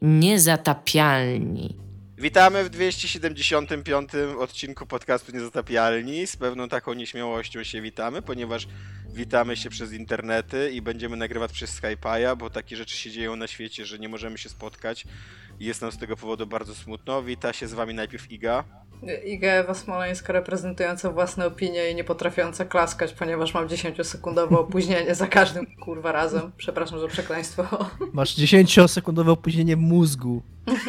Niezatapialni. Witamy w 275. odcinku podcastu Niezatapialni. Z pewną taką nieśmiałością się witamy, ponieważ witamy się przez internety i będziemy nagrywać przez Skype'a, bo takie rzeczy się dzieją na świecie, że nie możemy się spotkać. Jest nam z tego powodu bardzo smutno. Wita się z wami najpierw Iga. Iga Ewa Smoleńska, reprezentująca własne opinie i nie potrafiąca klaskać, ponieważ mam 10-sekundowe opóźnienie za każdym razem. Przepraszam za przekleństwo. Masz 10-sekundowe opóźnienie mózgu.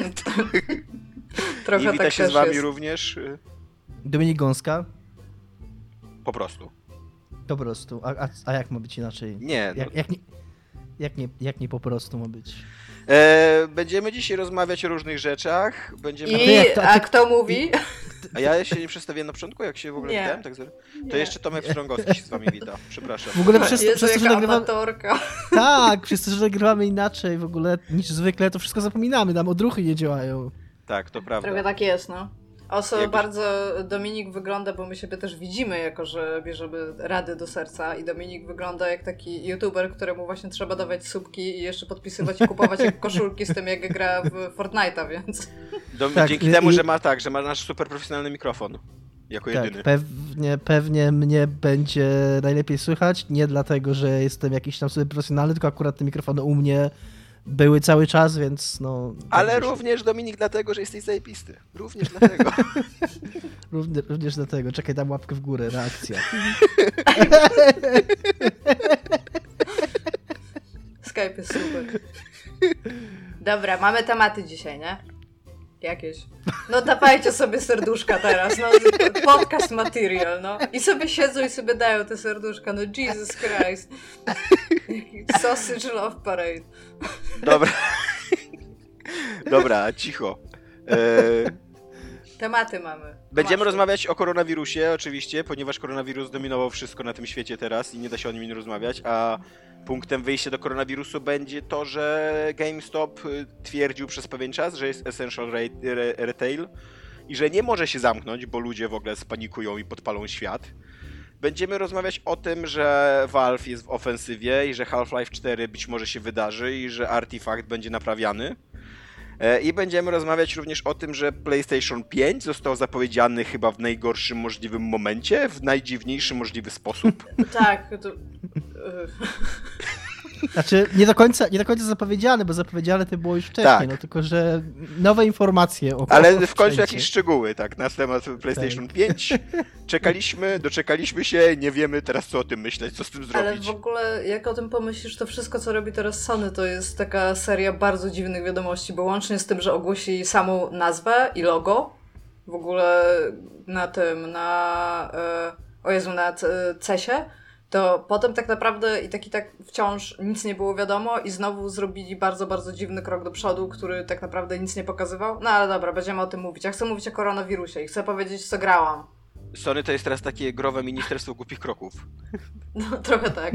Trochę I wita tak się też z wami jest. również Dominik Gąska. po prostu. Po prostu. A jak ma być inaczej? Nie. No. Jak nie po prostu ma być? Będziemy dzisiaj rozmawiać o różnych rzeczach. A kto mówi? A ja się nie przedstawiłem na początku, jak się w ogóle witałem? Tak to jeszcze Tomek Strągowski się z wami wita. Przepraszam. W ogóle przez to, że nagrywamy... amatorka. Tak, przez to, że nagrywamy inaczej w ogóle niż zwykle, to wszystko zapominamy, nam odruchy nie działają. Tak, to prawda. Trochę tak jest, no. Bardzo Dominik wygląda, bo my siebie też widzimy, jako że bierzemy rady do serca i Dominik wygląda jak taki youtuber, któremu właśnie trzeba dawać słupki i jeszcze podpisywać i kupować jak koszulki z tym, jak gra w Fortnite'a, więc... Dzięki temu, że ma nasz super profesjonalny mikrofon. Jako jedyny. Tak, pewnie mnie będzie najlepiej słychać, nie dlatego, że jestem jakiś tam super profesjonalny, tylko akurat te mikrofony u mnie były cały czas, więc no... Ale również, Dominik, dlatego, że jesteś zajebisty. Również dlatego. Również dlatego. Czekaj, dam łapkę w górę, reakcja. Skype jest super. Dobra, mamy tematy dzisiaj, nie? Jakieś. No dawajcie sobie serduszka teraz, no podcast material, no. I sobie siedzą i sobie dają te serduszka, no Jesus Christ. Sausage Love Parade. Dobra, cicho. Tematy mamy. Będziemy rozmawiać o koronawirusie, oczywiście, ponieważ koronawirus dominował wszystko na tym świecie teraz i nie da się o nim nie rozmawiać, a punktem wyjścia do koronawirusu będzie to, że GameStop twierdził przez pewien czas, że jest essential retail i że nie może się zamknąć, bo ludzie w ogóle spanikują i podpalą świat. Będziemy rozmawiać o tym, że Valve jest w ofensywie i że Half-Life 4 być może się wydarzy i że Artifact będzie naprawiany. I będziemy rozmawiać również o tym, że PlayStation 5 został zapowiedziany chyba w najgorszym możliwym momencie, w najdziwniejszy możliwy sposób. Tak, to... Znaczy, nie do końca zapowiedziane, bo zapowiedziane to było już wcześniej, tak. No tylko, że nowe informacje Ale w końcu jakieś szczegóły, tak, na temat PlayStation 5. Doczekaliśmy się, nie wiemy teraz co o tym myśleć, co z tym zrobić. Ale w ogóle, jak o tym pomyślisz, to wszystko, co robi teraz Sony, to jest taka seria bardzo dziwnych wiadomości, bo łącznie z tym, że ogłosi samą nazwę i logo, w ogóle na CES-ie, to potem tak naprawdę i tak wciąż nic nie było wiadomo i znowu zrobili bardzo, bardzo dziwny krok do przodu, który tak naprawdę nic nie pokazywał. No ale dobra, będziemy o tym mówić. Ja chcę mówić o koronawirusie i chcę powiedzieć, co grałam. Sony to jest teraz takie growe ministerstwo głupich kroków. No, trochę tak.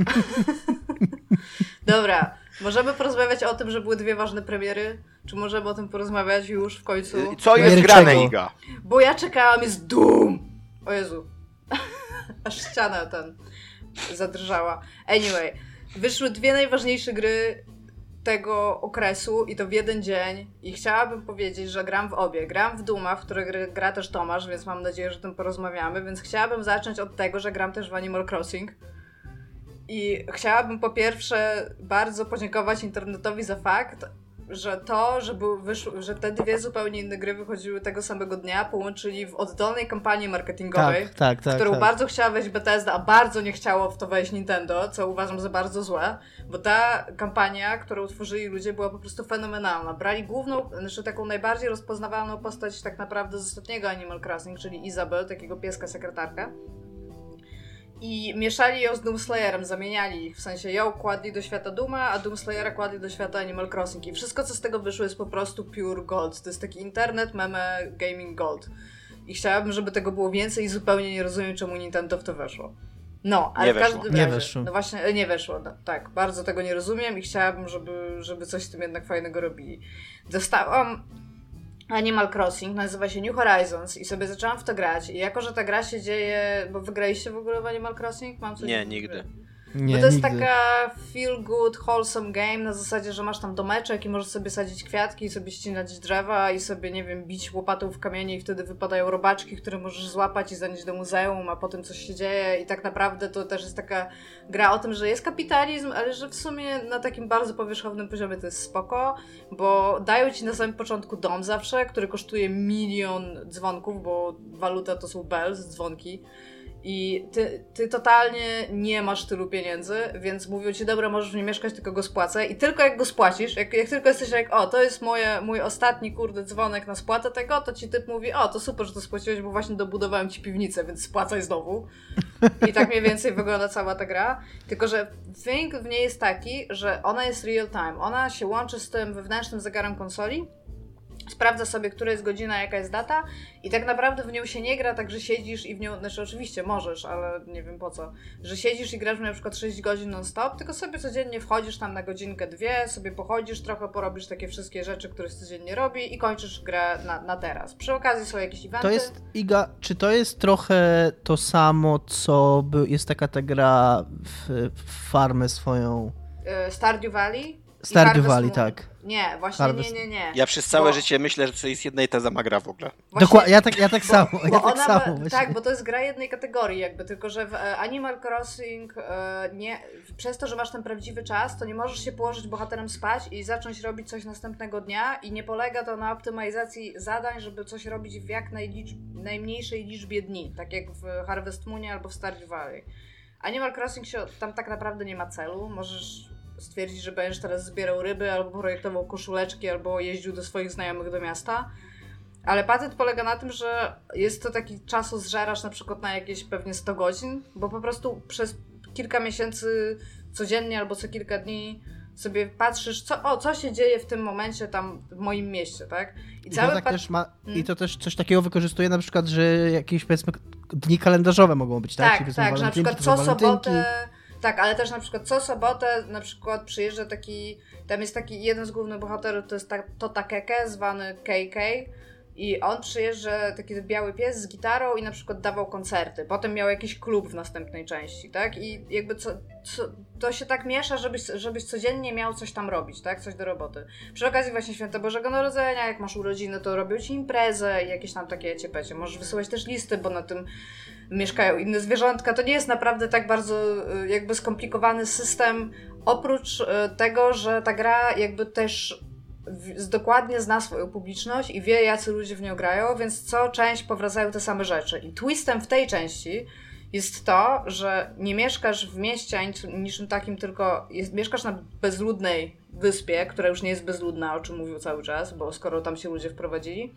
Dobra, możemy porozmawiać o tym, że były dwie ważne premiery? Czy możemy o tym porozmawiać już w końcu? Co jest grane, Iga? Bo ja czekałam, jest Doom! O Jezu. Aż ściana zadrżała. Anyway, wyszły dwie najważniejsze gry tego okresu i to w jeden dzień i chciałabym powiedzieć, że gram w obie. Gram w Dooma, w której gra też Tomasz, więc mam nadzieję, że o tym porozmawiamy, więc chciałabym zacząć od tego, że gram też w Animal Crossing i chciałabym po pierwsze bardzo podziękować internetowi za fakt, że że te dwie zupełnie inne gry wychodziły tego samego dnia, połączyli w oddolnej kampanii marketingowej, którą bardzo chciała wejść Bethesda, a bardzo nie chciało w to wejść Nintendo, co uważam za bardzo złe, bo ta kampania, którą tworzyli ludzie, była po prostu fenomenalna. Brali taką najbardziej rozpoznawalną postać tak naprawdę z ostatniego Animal Crossing, czyli Isabel, takiego pieska sekretarka, i mieszali ją z Doomslayerem, zamieniali ich, w sensie ją kładli do świata Dooma, a Doomslayera kładli do świata Animal Crossing i wszystko, co z tego wyszło, jest po prostu pure gold. To jest taki internet, meme, gaming gold. I chciałabym, żeby tego było więcej i zupełnie nie rozumiem, czemu Nintendo w to weszło. No, ale w każdym razie... Nie weszło. No właśnie, nie weszło, no, tak. Bardzo tego nie rozumiem i chciałabym, żeby coś z tym jednak fajnego robili. Dostałam Animal Crossing, nazywa się New Horizons i sobie zaczęłam w to grać i jako, że ta gra się dzieje, bo wygraliście w ogóle w Animal Crossing? Nie, nigdy. Nie, bo to jest nigdy. taka feel good, wholesome game na zasadzie, że masz tam domeczek i możesz sobie sadzić kwiatki i sobie ścinać drzewa i sobie, nie wiem, bić łopatą w kamienie i wtedy wypadają robaczki, które możesz złapać i zanieść do muzeum, a potem coś się dzieje i tak naprawdę to też jest taka gra o tym, że jest kapitalizm, ale że w sumie na takim bardzo powierzchownym poziomie to jest spoko, bo dają ci na samym początku dom zawsze, który kosztuje 1 000 000 dzwonków, bo waluta to są bells, dzwonki. I ty totalnie nie masz tylu pieniędzy, więc mówią ci, dobra, możesz w nim mieszkać, tylko go spłacę. I tylko jak go spłacisz, jak tylko jesteś jak, o, to jest mój ostatni, dzwonek na spłatę tego, to ci typ mówi, o, to super, że to spłaciłeś, bo właśnie dobudowałem ci piwnicę, więc spłacaj znowu. I tak mniej więcej wygląda cała ta gra. Tylko, że thing w niej jest taki, że ona jest real time. Ona się łączy z tym wewnętrznym zegarem konsoli, sprawdza sobie, która jest godzina, jaka jest data i tak naprawdę w nią się nie gra tak, że siedzisz i w nią, znaczy oczywiście możesz, ale nie wiem po co, że siedzisz i grasz w na przykład 6 godzin non-stop, tylko sobie codziennie wchodzisz tam na godzinkę, 2, sobie pochodzisz, trochę porobisz takie wszystkie rzeczy, które się codziennie robi i kończysz grę na teraz. Przy okazji są jakieś eventy. To jest, Iga, czy to jest trochę to samo, co jest taka ta gra w farmę swoją? Stardew Valley? Stardew Valley, tak. Nie, właśnie Harvest. nie. Ja przez całe życie myślę, że to jest jedna i ta sama gra w ogóle. Dokładnie, ja tak samo. Tak, bo to jest gra jednej kategorii jakby, tylko że w Animal Crossing przez to, że masz ten prawdziwy czas, to nie możesz się położyć bohaterem spać i zacząć robić coś następnego dnia i nie polega to na optymalizacji zadań, żeby coś robić w jak najmniejszej liczbie dni, tak jak w Harvest Moonie albo w Stardew Valley. Animal Crossing tam tak naprawdę nie ma celu, możesz stwierdzić, że będziesz teraz zbierał ryby, albo projektował koszuleczki, albo jeździł do swoich znajomych do miasta. Ale patent polega na tym, że jest to taki czasozżeracz na przykład na jakieś pewnie 100 godzin, bo po prostu przez kilka miesięcy codziennie albo co kilka dni sobie patrzysz, co się dzieje w tym momencie tam w moim mieście, tak? I to też coś takiego wykorzystuje na przykład, że jakieś powiedzmy dni kalendarzowe mogą być, tak? Tak, że na przykład co sobotę. Tak, ale też na przykład co sobotę na przykład przyjeżdża tam jest taki jeden z głównych bohaterów, to jest Totakeke, zwany KK i on przyjeżdża, taki biały pies z gitarą i na przykład dawał koncerty. Potem miał jakiś klub w następnej części, tak? I jakby to się tak miesza, żebyś codziennie miał coś tam robić, tak? Coś do roboty. Przy okazji właśnie Święta Bożego Narodzenia, jak masz urodziny, to robią ci imprezę i jakieś tam takie ciepecie. Możesz wysyłać też listy, bo na tym mieszkają inne zwierzątka. To nie jest naprawdę tak bardzo jakby skomplikowany system, oprócz tego, że ta gra jakby też dokładnie zna swoją publiczność i wie, jacy ludzie w nią grają, więc co część powracają te same rzeczy. I twistem w tej części jest to, że nie mieszkasz w mieście ani niczym takim, tylko mieszkasz na bezludnej wyspie, która już nie jest bezludna, o czym mówił cały czas, bo skoro tam się ludzie wprowadzili.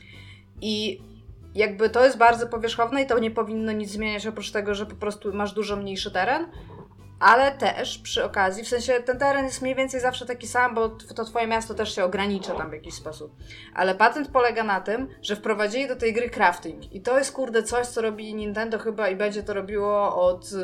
I jakby to jest bardzo powierzchowne i to nie powinno nic zmieniać oprócz tego, że po prostu masz dużo mniejszy teren, ale też przy okazji, w sensie ten teren jest mniej więcej zawsze taki sam, bo to twoje miasto też się ogranicza tam w jakiś sposób. Ale patent polega na tym, że wprowadzili do tej gry crafting i to jest coś, co robi Nintendo chyba i będzie to robiło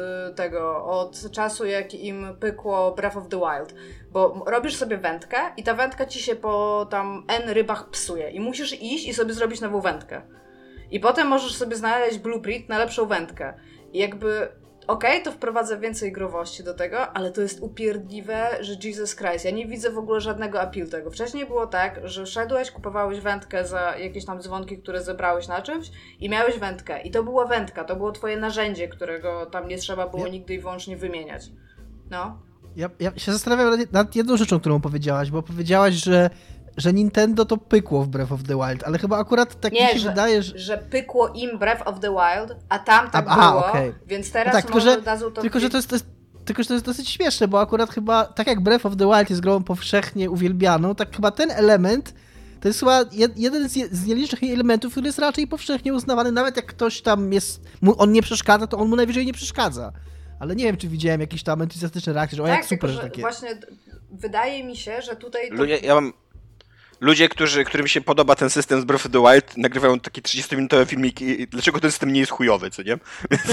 od czasu, jak im pykło Breath of the Wild. Bo robisz sobie wędkę i ta wędka ci się po tam N rybach psuje i musisz iść i sobie zrobić nową wędkę. I potem możesz sobie znaleźć blueprint na lepszą wędkę. I jakby to wprowadza więcej growości do tego, ale to jest upierdliwe, że Jesus Christ. Ja nie widzę w ogóle żadnego appeal tego. Wcześniej było tak, że szedłeś, kupowałeś wędkę za jakieś tam dzwonki, które zebrałeś na czymś i miałeś wędkę. I to była wędka, to było twoje narzędzie, którego tam nie trzeba było nigdy i wyłącznie wymieniać. No. Ja się zastanawiam nad jedną rzeczą, którą powiedziałaś, bo powiedziałaś, że Nintendo to pykło w Breath of the Wild, ale chyba akurat tak mi się wydaje, że pykło im Breath of the Wild, a tam tak było, więc teraz no tak, może dadzą to... Tylko, że to jest dosyć śmieszne, bo akurat chyba, tak jak Breath of the Wild jest grą powszechnie uwielbianą, tak chyba ten element to jest chyba jeden z nielicznych elementów, który jest raczej powszechnie uznawany, nawet jak ktoś tam on nie przeszkadza, to on mu najwyżej nie przeszkadza. Ale nie wiem, czy widziałem jakieś tam entuzjastyczne reakcje, że jak super, że takie... Właśnie wydaje mi się, że tutaj... Ludzie, którym się podoba ten system z Breath of the Wild, nagrywają takie 30-minutowe filmiki, dlaczego ten system nie jest chujowy, co nie?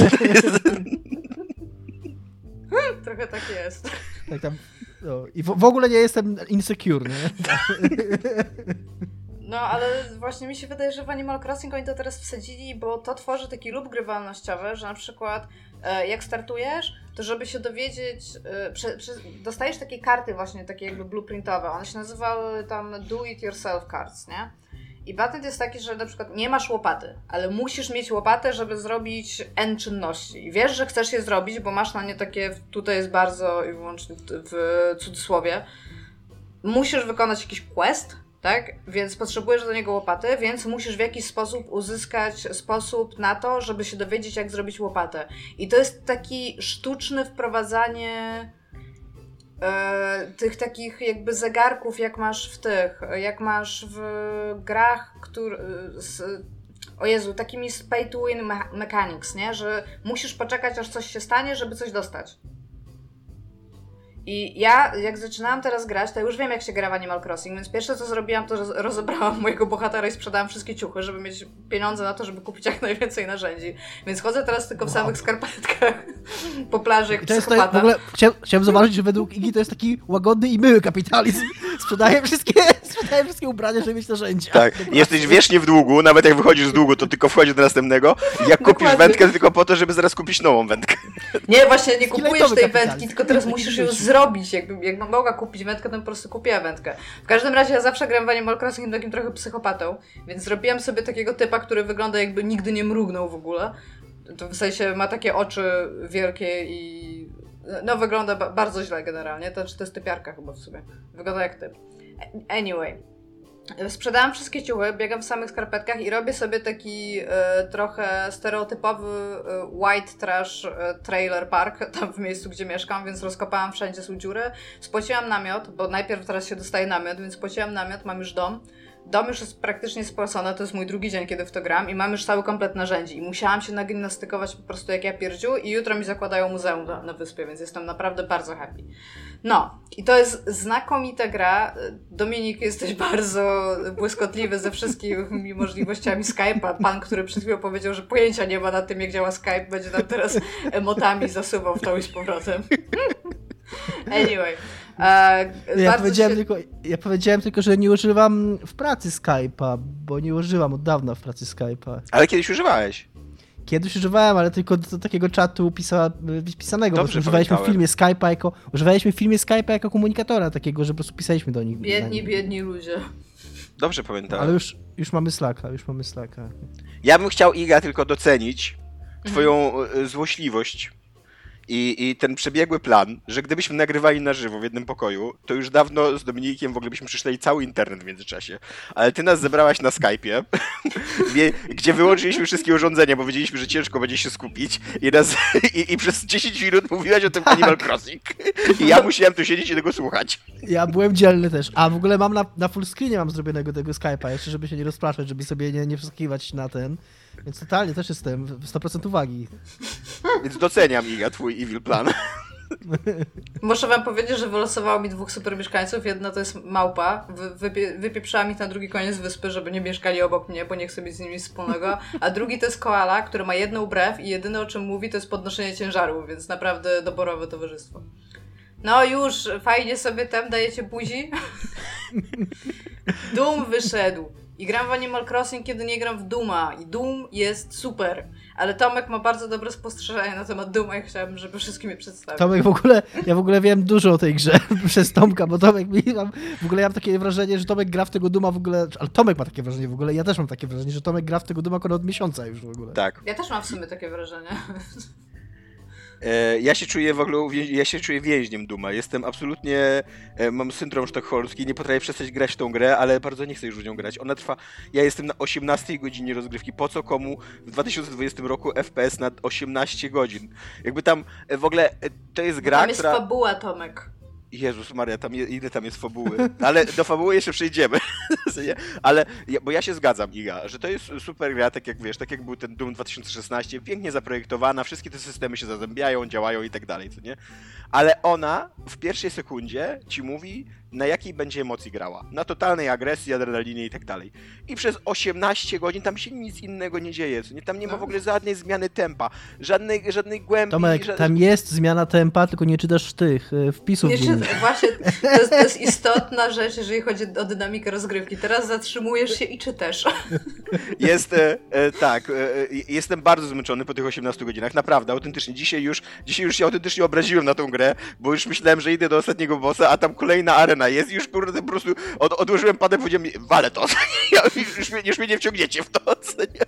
Trochę tak jest. Tak tam, I w ogóle nie jestem insecure, nie? No, ale właśnie mi się wydaje, że w Animal Crossing oni to teraz wsadzili, bo to tworzy taki lub grywalnościowy, że na przykład jak startujesz, to żeby się dowiedzieć, dostajesz takie karty właśnie, takie jakby blueprintowe, one się nazywały tam do it yourself cards, nie? I patent jest taki, że na przykład nie masz łopaty, ale musisz mieć łopatę, żeby zrobić N czynności. I wiesz, że chcesz je zrobić, bo masz na nie takie, tutaj jest bardzo i wyłącznie w cudzysłowie, musisz wykonać jakiś quest, tak? Więc potrzebujesz do niego łopaty, więc musisz w jakiś sposób uzyskać sposób na to, żeby się dowiedzieć, jak zrobić łopatę. I to jest taki sztuczne wprowadzanie tych takich jakby zegarków, jak masz w grach, o Jezu, takimi pay to win mechanics, nie? Że musisz poczekać, aż coś się stanie, żeby coś dostać. I ja, jak zaczynałam teraz grać, to już wiem, jak się gra w Animal Crossing, więc pierwsze, co zrobiłam, to rozebrałam mojego bohatera i sprzedałam wszystkie ciuchy, żeby mieć pieniądze na to, żeby kupić jak najwięcej narzędzi. Więc chodzę teraz tylko w samych skarpetkach po plaży jak psychopata. W ogóle chciałem zauważyć, że według Igi to jest taki łagodny i miły kapitalizm. Sprzedaję wszystkie ubrania, żeby mieć narzędzia. Tak, jesteś wiecznie w długu, nawet jak wychodzisz z długu, to tylko wchodzisz do następnego. Jak kupisz Dokładnie. wędkę, to tylko po to, żeby zaraz kupić nową wędkę. Nie, właśnie nie kupujesz tej kapitalizm. wędki, tylko teraz musisz ją zrobić. Jakbym mogła kupić wędkę, to bym po prostu kupiła wędkę. W każdym razie ja zawsze gram w Animal Crossing takim trochę psychopatą, więc zrobiłam sobie takiego typa, który wygląda jakby nigdy nie mrugnął w ogóle. To w sensie ma takie oczy wielkie i no wygląda bardzo źle generalnie. To jest typiarka chyba w sumie. Wygląda jak typ. Anyway. Sprzedałam wszystkie ciuchy, biegam w samych skarpetkach i robię sobie taki trochę stereotypowy white trash trailer park tam w miejscu, gdzie mieszkam, więc rozkopałam wszędzie są dziury. Spłaciłam namiot, bo najpierw teraz się dostaje namiot, więc spłaciłam namiot, mam już dom. Dom już jest praktycznie spłacony, to jest mój drugi dzień, kiedy w to gram i mam już cały komplet narzędzi i musiałam się nagimnastykować po prostu jak ja pierdziu i jutro mi zakładają muzeum na wyspie, więc jestem naprawdę bardzo happy. No, i to jest znakomita gra. Dominik, jesteś bardzo błyskotliwy ze wszystkimi możliwościami Skype'a. Pan, który przed chwilą powiedział, że pojęcia nie ma na tym, jak działa Skype, będzie nam teraz emotami zasuwał w to i z powrotem. Anyway. Ja powiedziałem tylko, że nie używam w pracy Skype'a, bo nie używam od dawna w pracy Skype'a. Ale kiedyś używałeś. Kiedyś używałem, ale tylko do takiego czatu pisanego, Dobrze bo używaliśmy w filmie Skype'a jako komunikatora takiego, że po prostu pisaliśmy do nich. Biedni ludzie. Dobrze pamiętam. Ale już mamy Slacka, Ja bym chciał, Iga, tylko docenić twoją złośliwość i ten przebiegły plan, że gdybyśmy nagrywali na żywo w jednym pokoju, to już dawno z Dominikiem w ogóle byśmy przeczytali cały internet w międzyczasie. Ale ty nas zebrałaś na Skype'ie, gdzie wyłączyliśmy wszystkie urządzenia, bo wiedzieliśmy, że ciężko będzie się skupić i przez 10 minut mówiłaś o tym Animal Crossing. I ja musiałem tu siedzieć i tego słuchać. Ja byłem dzielny też. A w ogóle mam na full screenie mam zrobionego tego Skype'a jeszcze, żeby się nie rozpraszać, żeby sobie nie wskakiwać na ten. Więc totalnie też jestem w 100% uwagi. Więc doceniam, Iga, twój evil plan. Muszę wam powiedzieć, że wylosowało mi 2 super mieszkańców. Jedna to jest małpa. Wypieprzałam ich na drugi koniec wyspy, żeby nie mieszkali obok mnie, bo nie chcę mieć z nimi nic wspólnego. A drugi to jest koala, który ma jedną brew i jedyne o czym mówi to jest podnoszenie ciężaru, więc naprawdę doborowe towarzystwo. No już, fajnie sobie tam dajecie buzi. Doom wyszedł. I gram w Animal Crossing, kiedy nie gram w Dooma. I Doom jest super. Ale Tomek ma bardzo dobre spostrzeżenia na temat Dooma i chciałabym, żeby wszystkim je przedstawił. Tomek ja w ogóle wiem dużo o tej grze przez Tomka, bo Tomek ja mam takie wrażenie, że Tomek gra w tego Dooma w ogóle, ale Tomek ma takie wrażenie w ogóle, ja też mam takie wrażenie, że Tomek gra w tego Dooma od miesiąca już w ogóle. Tak. Ja też mam w sumie takie wrażenie. Ja się czuję więźniem Dooma. Jestem absolutnie, mam syndrom sztokholmski, nie potrafię przestać grać w tą grę, ale bardzo nie chcę już w nią grać. Ona trwa, ja jestem na 18 godzinie rozgrywki. Po co komu w 2020 roku FPS na 18 godzin? Jakby tam w ogóle to jest gra, tam jest fabuła, Tomek. Jezus Maria, ile tam jest fabuły. Ale do fabuły jeszcze przejdziemy. Ale, bo ja się zgadzam, Iga, że to jest super gra, tak jak wiesz, tak jak był ten Doom 2016, pięknie zaprojektowana, wszystkie te systemy się zazębiają, działają i tak dalej, co nie? Ale ona w pierwszej sekundzie ci mówi, na jakiej będzie emocji grała. Na totalnej agresji, adrenalinie i tak dalej. I przez 18 godzin tam się nic innego nie dzieje, co nie? Tam nie ma w ogóle żadnej zmiany tempa, żadnej głębi. Tomek, tam jest zmiana tempa, tylko nie czytasz tych wpisów. Właśnie, to jest istotna rzecz, jeżeli chodzi o dynamikę rozgrywki. Teraz zatrzymujesz się i czytasz. Jestem bardzo zmęczony po tych 18 godzinach, naprawdę, autentycznie. Dzisiaj już się autentycznie obraziłem na tą grę, bo już myślałem, że idę do ostatniego bossa, a tam kolejna arena jest i już kurde po prostu odłożyłem padę i powiedziałem, walę to, już mnie nie wciągniecie w to, co nie?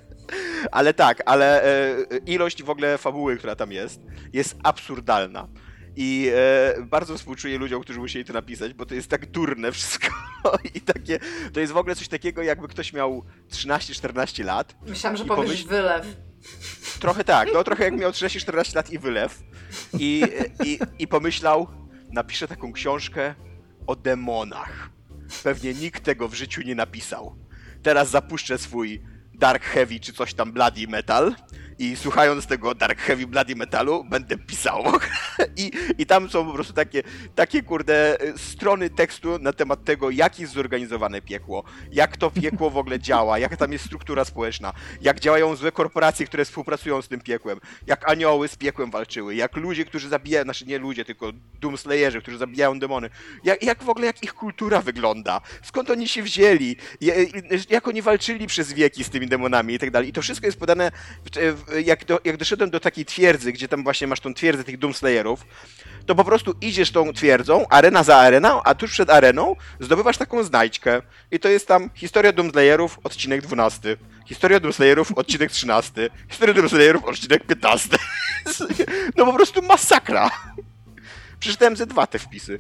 Ale ilość w ogóle fabuły, która tam jest absurdalna. I bardzo współczuję ludziom, którzy musieli to napisać, bo to jest tak durne wszystko i takie, to jest w ogóle coś takiego, jakby ktoś miał 13-14 lat. Myślałam, że powiesz wylew. Trochę tak, no trochę jak miał 13-14 lat i wylew i pomyślał, napiszę taką książkę o demonach. Pewnie nikt tego w życiu nie napisał. Teraz zapuszczę swój Dark Heavy czy coś tam Bloody Metal i słuchając tego Dark Heavy Bloody Metalu będę pisał. I tam są po prostu takie kurde strony tekstu na temat tego, jak jest zorganizowane piekło, jak to piekło w ogóle działa, jaka tam jest struktura społeczna, jak działają złe korporacje, które współpracują z tym piekłem, jak anioły z piekłem walczyły, jak ludzie, którzy zabijają, znaczy nie ludzie, tylko Doomslayerzy, którzy zabijają demony, jak w ogóle jak ich kultura wygląda, skąd oni się wzięli, jak oni walczyli przez wieki z tymi demonami i tak dalej. I to wszystko jest podane jak doszedłem do takiej twierdzy, gdzie tam właśnie masz tą twierdzę tych Doomslayerów, to po prostu idziesz tą twierdzą, arena za areną, a tuż przed areną zdobywasz taką znajdźkę. I to jest tam historia Doomslayerów, odcinek 12. Historia Doomslayerów, odcinek 13. Historia Doomslayerów, odcinek 15. No po prostu masakra. Przeczytałem ze 2 te wpisy.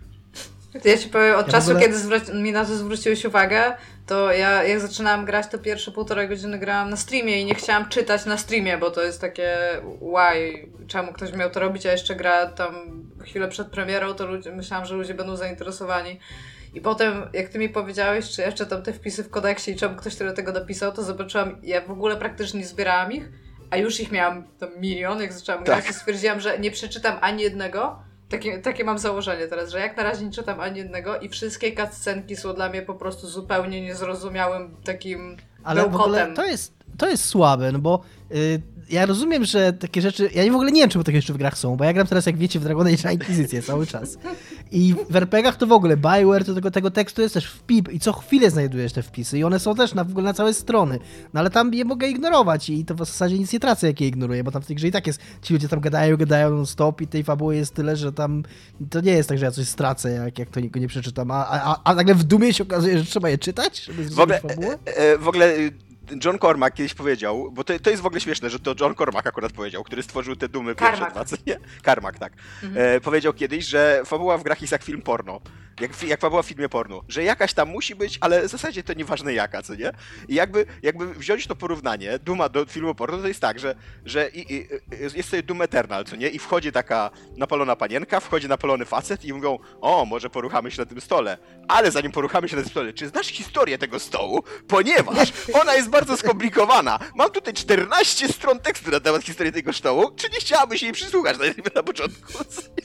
To ja ci powiem, od czasu, kiedy mi na to zwróciłeś uwagę, to ja jak zaczynałam grać, to pierwsze 1,5 godziny grałam na streamie i nie chciałam czytać na streamie, bo to jest takie why, czemu ktoś miał to robić, a jeszcze gra tam chwilę przed premierą, to myślałam, że ludzie będą zainteresowani. I potem, jak ty mi powiedziałeś, czy jeszcze tam te wpisy w kodeksie i czemu ktoś tyle tego dopisał, to zobaczyłam, ja w ogóle praktycznie nie zbierałam ich, a już ich miałam tam 1 milion, jak zaczęłam grać i stwierdziłam, że nie przeczytam ani jednego. Takie mam założenie teraz, że jak na razie nie czytam ani jednego i wszystkie cutscenki są dla mnie po prostu zupełnie niezrozumiałym takim ale w ogóle to jest słabe, no bo ja rozumiem, że takie rzeczy, ja w ogóle nie wiem, czemu takie rzeczy w grach są, bo ja gram teraz, jak wiecie, w Dragon Age na Inkwizycję cały czas. I w RPGach to w ogóle, Bioware, to tego tekstu jest też w PIP i co chwilę znajdujesz te wpisy i one są też w ogóle na całe strony. No ale tam je mogę ignorować i to w zasadzie nic nie tracę, jak je ignoruję, bo tam w tej grze i tak jest, ci ludzie tam gadają non-stop i tej fabuły jest tyle, że tam to nie jest tak, że ja coś stracę, jak to nie przeczytam, a nagle w Dumie się okazuje, że trzeba je czytać, żeby zrozumieć fabułę? W ogóle John Cormack kiedyś powiedział, bo to jest w ogóle śmieszne, że to John Cormack akurat powiedział, który stworzył te Dumy pierwsze 2, co nie? Carmack, tak. Powiedział kiedyś, że fabuła w grach jest jak film porno. Jak fabuła w filmie porno. Że jakaś tam musi być, ale w zasadzie to nieważne jaka, co nie? I jakby wziąć to porównanie Duma do filmu porno, to jest tak, że jest sobie Doom Eternal, co nie? I wchodzi taka napalona panienka, wchodzi napalony facet i mówią, o, może poruchamy się na tym stole. Ale zanim poruchamy się na tym stole, czy znasz historię tego stołu? Ponieważ ona jest bardzo skomplikowana. Mam tutaj 14 stron tekstu na temat historii tego stołu. Czy nie chciałabyś jej przysłuchać na początku?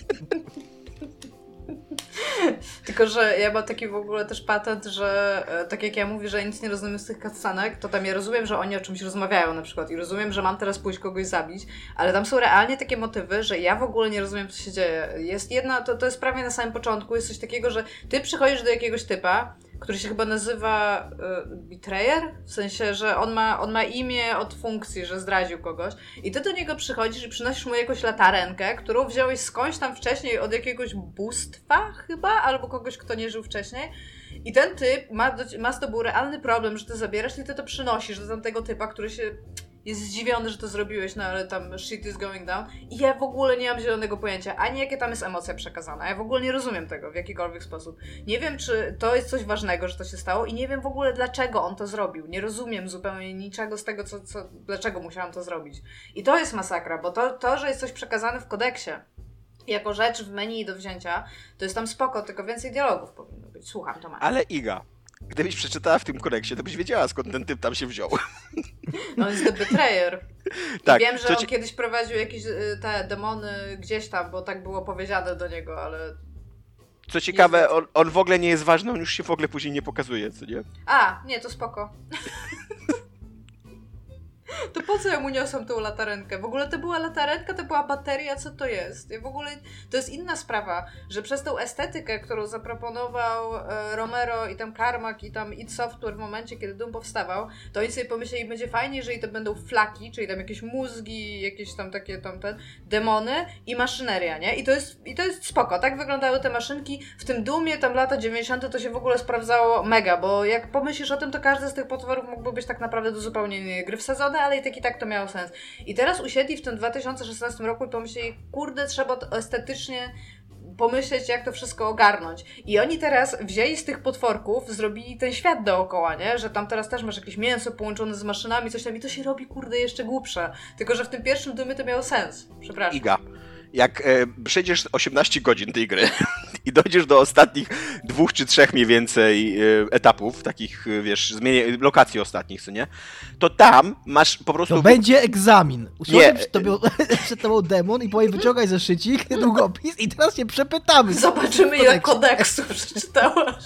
Tylko, że ja mam taki w ogóle też patent, że tak jak ja mówię, że nic nie rozumiem z tych cutscenek, to tam ja rozumiem, że oni o czymś rozmawiają na przykład i rozumiem, że mam teraz pójść kogoś zabić, ale tam są realnie takie motywy, że ja w ogóle nie rozumiem, co się dzieje. Jest jedna, to jest prawie na samym początku, jest coś takiego, że ty przychodzisz do jakiegoś typa, który się chyba nazywa Betrayer, w sensie, że on ma imię od funkcji, że zdradził kogoś i ty do niego przychodzisz i przynosisz mu jakąś latarenkę, którą wziąłeś skądś tam wcześniej od jakiegoś bóstwa chyba, albo kogoś, kto nie żył wcześniej i ten typ ma z tobą realny problem, że ty zabierasz i ty to przynosisz do tamtego typa, który się jest zdziwiony, że to zrobiłeś, no ale tam shit is going down i ja w ogóle nie mam zielonego pojęcia, ani jakie tam jest emocja przekazana. Ja w ogóle nie rozumiem tego w jakikolwiek sposób. Nie wiem, czy to jest coś ważnego, że to się stało i nie wiem w ogóle, dlaczego on to zrobił. Nie rozumiem zupełnie niczego z tego, dlaczego musiałam to zrobić. I to jest masakra, bo to, że jest coś przekazane w kodeksie jako rzecz w menu do wzięcia, to jest tam spoko, tylko więcej dialogów powinno być. Słucham, Tomasz. Ale Iga, gdybyś przeczytała w tym kodeksie, to byś wiedziała, skąd ten typ tam się wziął. No jest The Betrayer. Tak, wiem, że on kiedyś prowadził jakieś te demony gdzieś tam, bo tak było powiedziane do niego, ale... Co ciekawe, on w ogóle nie jest ważny, on już się w ogóle później nie pokazuje, co nie? A, nie, to spoko. To po co ja mu niosłam tą latarenkę? W ogóle to była latarenka, to była bateria, co to jest? Ja w ogóle, to jest inna sprawa, że przez tą estetykę, którą zaproponował Romero i tam Carmack i tam id Software w momencie, kiedy Doom powstawał, to oni sobie pomyśleli, będzie fajnie, jeżeli to będą flaki, czyli tam jakieś mózgi, jakieś tam takie demony i maszyneria, nie? I to jest spoko, tak wyglądały te maszynki. W tym Doomie tam lata 90. to się w ogóle sprawdzało mega, bo jak pomyślisz o tym, to każdy z tych potworów mógłby być tak naprawdę do zupełnie innej gry wsadzony, ale i tak to miało sens. I teraz usiedli w tym 2016 roku i pomyśleli, kurde, trzeba to estetycznie pomyśleć, jak to wszystko ogarnąć. I oni teraz wzięli z tych potworków, zrobili ten świat dookoła, nie? Że tam teraz też masz jakieś mięso połączone z maszynami, coś tam i to się robi, kurde, jeszcze głupsze. Tylko, że w tym pierwszym Doomie to miało sens. Przepraszam. Iga, jak przejdziesz 18 godzin tej gry i dojdziesz do ostatnich 2 czy 3 mniej więcej etapów, takich, wiesz, lokacji ostatnich, co nie? To tam masz po prostu... To będzie egzamin. Usiądę Nie. przed tobą demon i powiem, wyciągaj zeszycik, długopis i teraz się przepytamy. Zobaczymy, ile kodeksu przeczytałaś.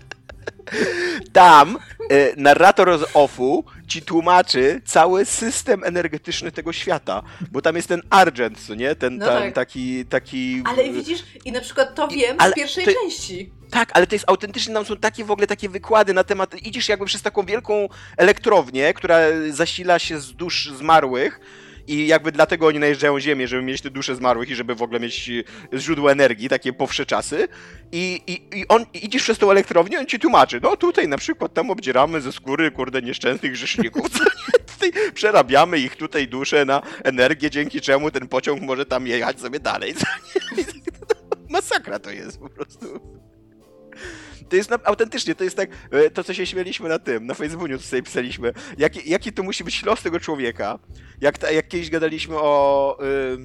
Tam narrator z OFF-u ci tłumaczy cały system energetyczny tego świata, bo tam jest ten Argent, co nie? Ten No tam tak. taki... Ale widzisz, i na przykład to wiem ale z pierwszej to- części. Tak, ale to jest autentycznie, tam są takie w ogóle takie wykłady na temat, idziesz jakby przez taką wielką elektrownię, która zasila się z dusz zmarłych i jakby dlatego oni najeżdżają Ziemię, żeby mieć te dusze zmarłych i żeby w ogóle mieć źródło energii, takie po wsze czasy. I idziesz przez tą elektrownię, on ci tłumaczy, no tutaj na przykład tam obdzieramy ze skóry, kurde, nieszczęsnych grzeszników, co nie? Tutaj przerabiamy ich tutaj dusze na energię, dzięki czemu ten pociąg może tam jechać sobie dalej, co nie? Masakra to jest po prostu. To jest autentycznie, to jest tak, to co się śmieliśmy na Facebooku, co sobie pisaliśmy, jaki to musi być los tego człowieka, jak kiedyś gadaliśmy o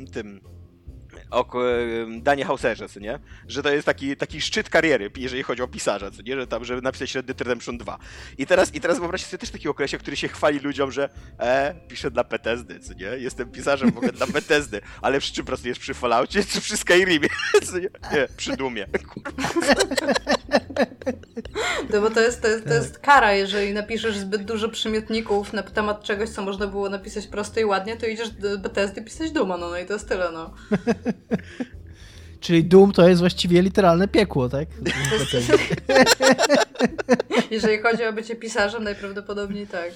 Danie Hauserze, co nie? Że to jest taki szczyt kariery, jeżeli chodzi o pisarza, co nie? Że tam, żeby napisać Red Dead Redemption 2. I teraz wyobraźcie sobie też taki okresie, który się chwali ludziom, że piszę dla Bethesdy, co nie? Jestem pisarzem w ogóle dla Bethesdy, ale przy czym pracujesz przy Falloutie czy przy Skyrimie? Co nie? Nie, przy Doomie. No bo to jest kara, jeżeli napiszesz zbyt dużo przymiotników na temat czegoś, co można było napisać prosto i ładnie, to idziesz do Bethesdy pisać Dooma, no i to jest tyle, no. Czyli Doom to jest właściwie literalne piekło, tak? Jeżeli chodzi o bycie pisarzem, najprawdopodobniej tak.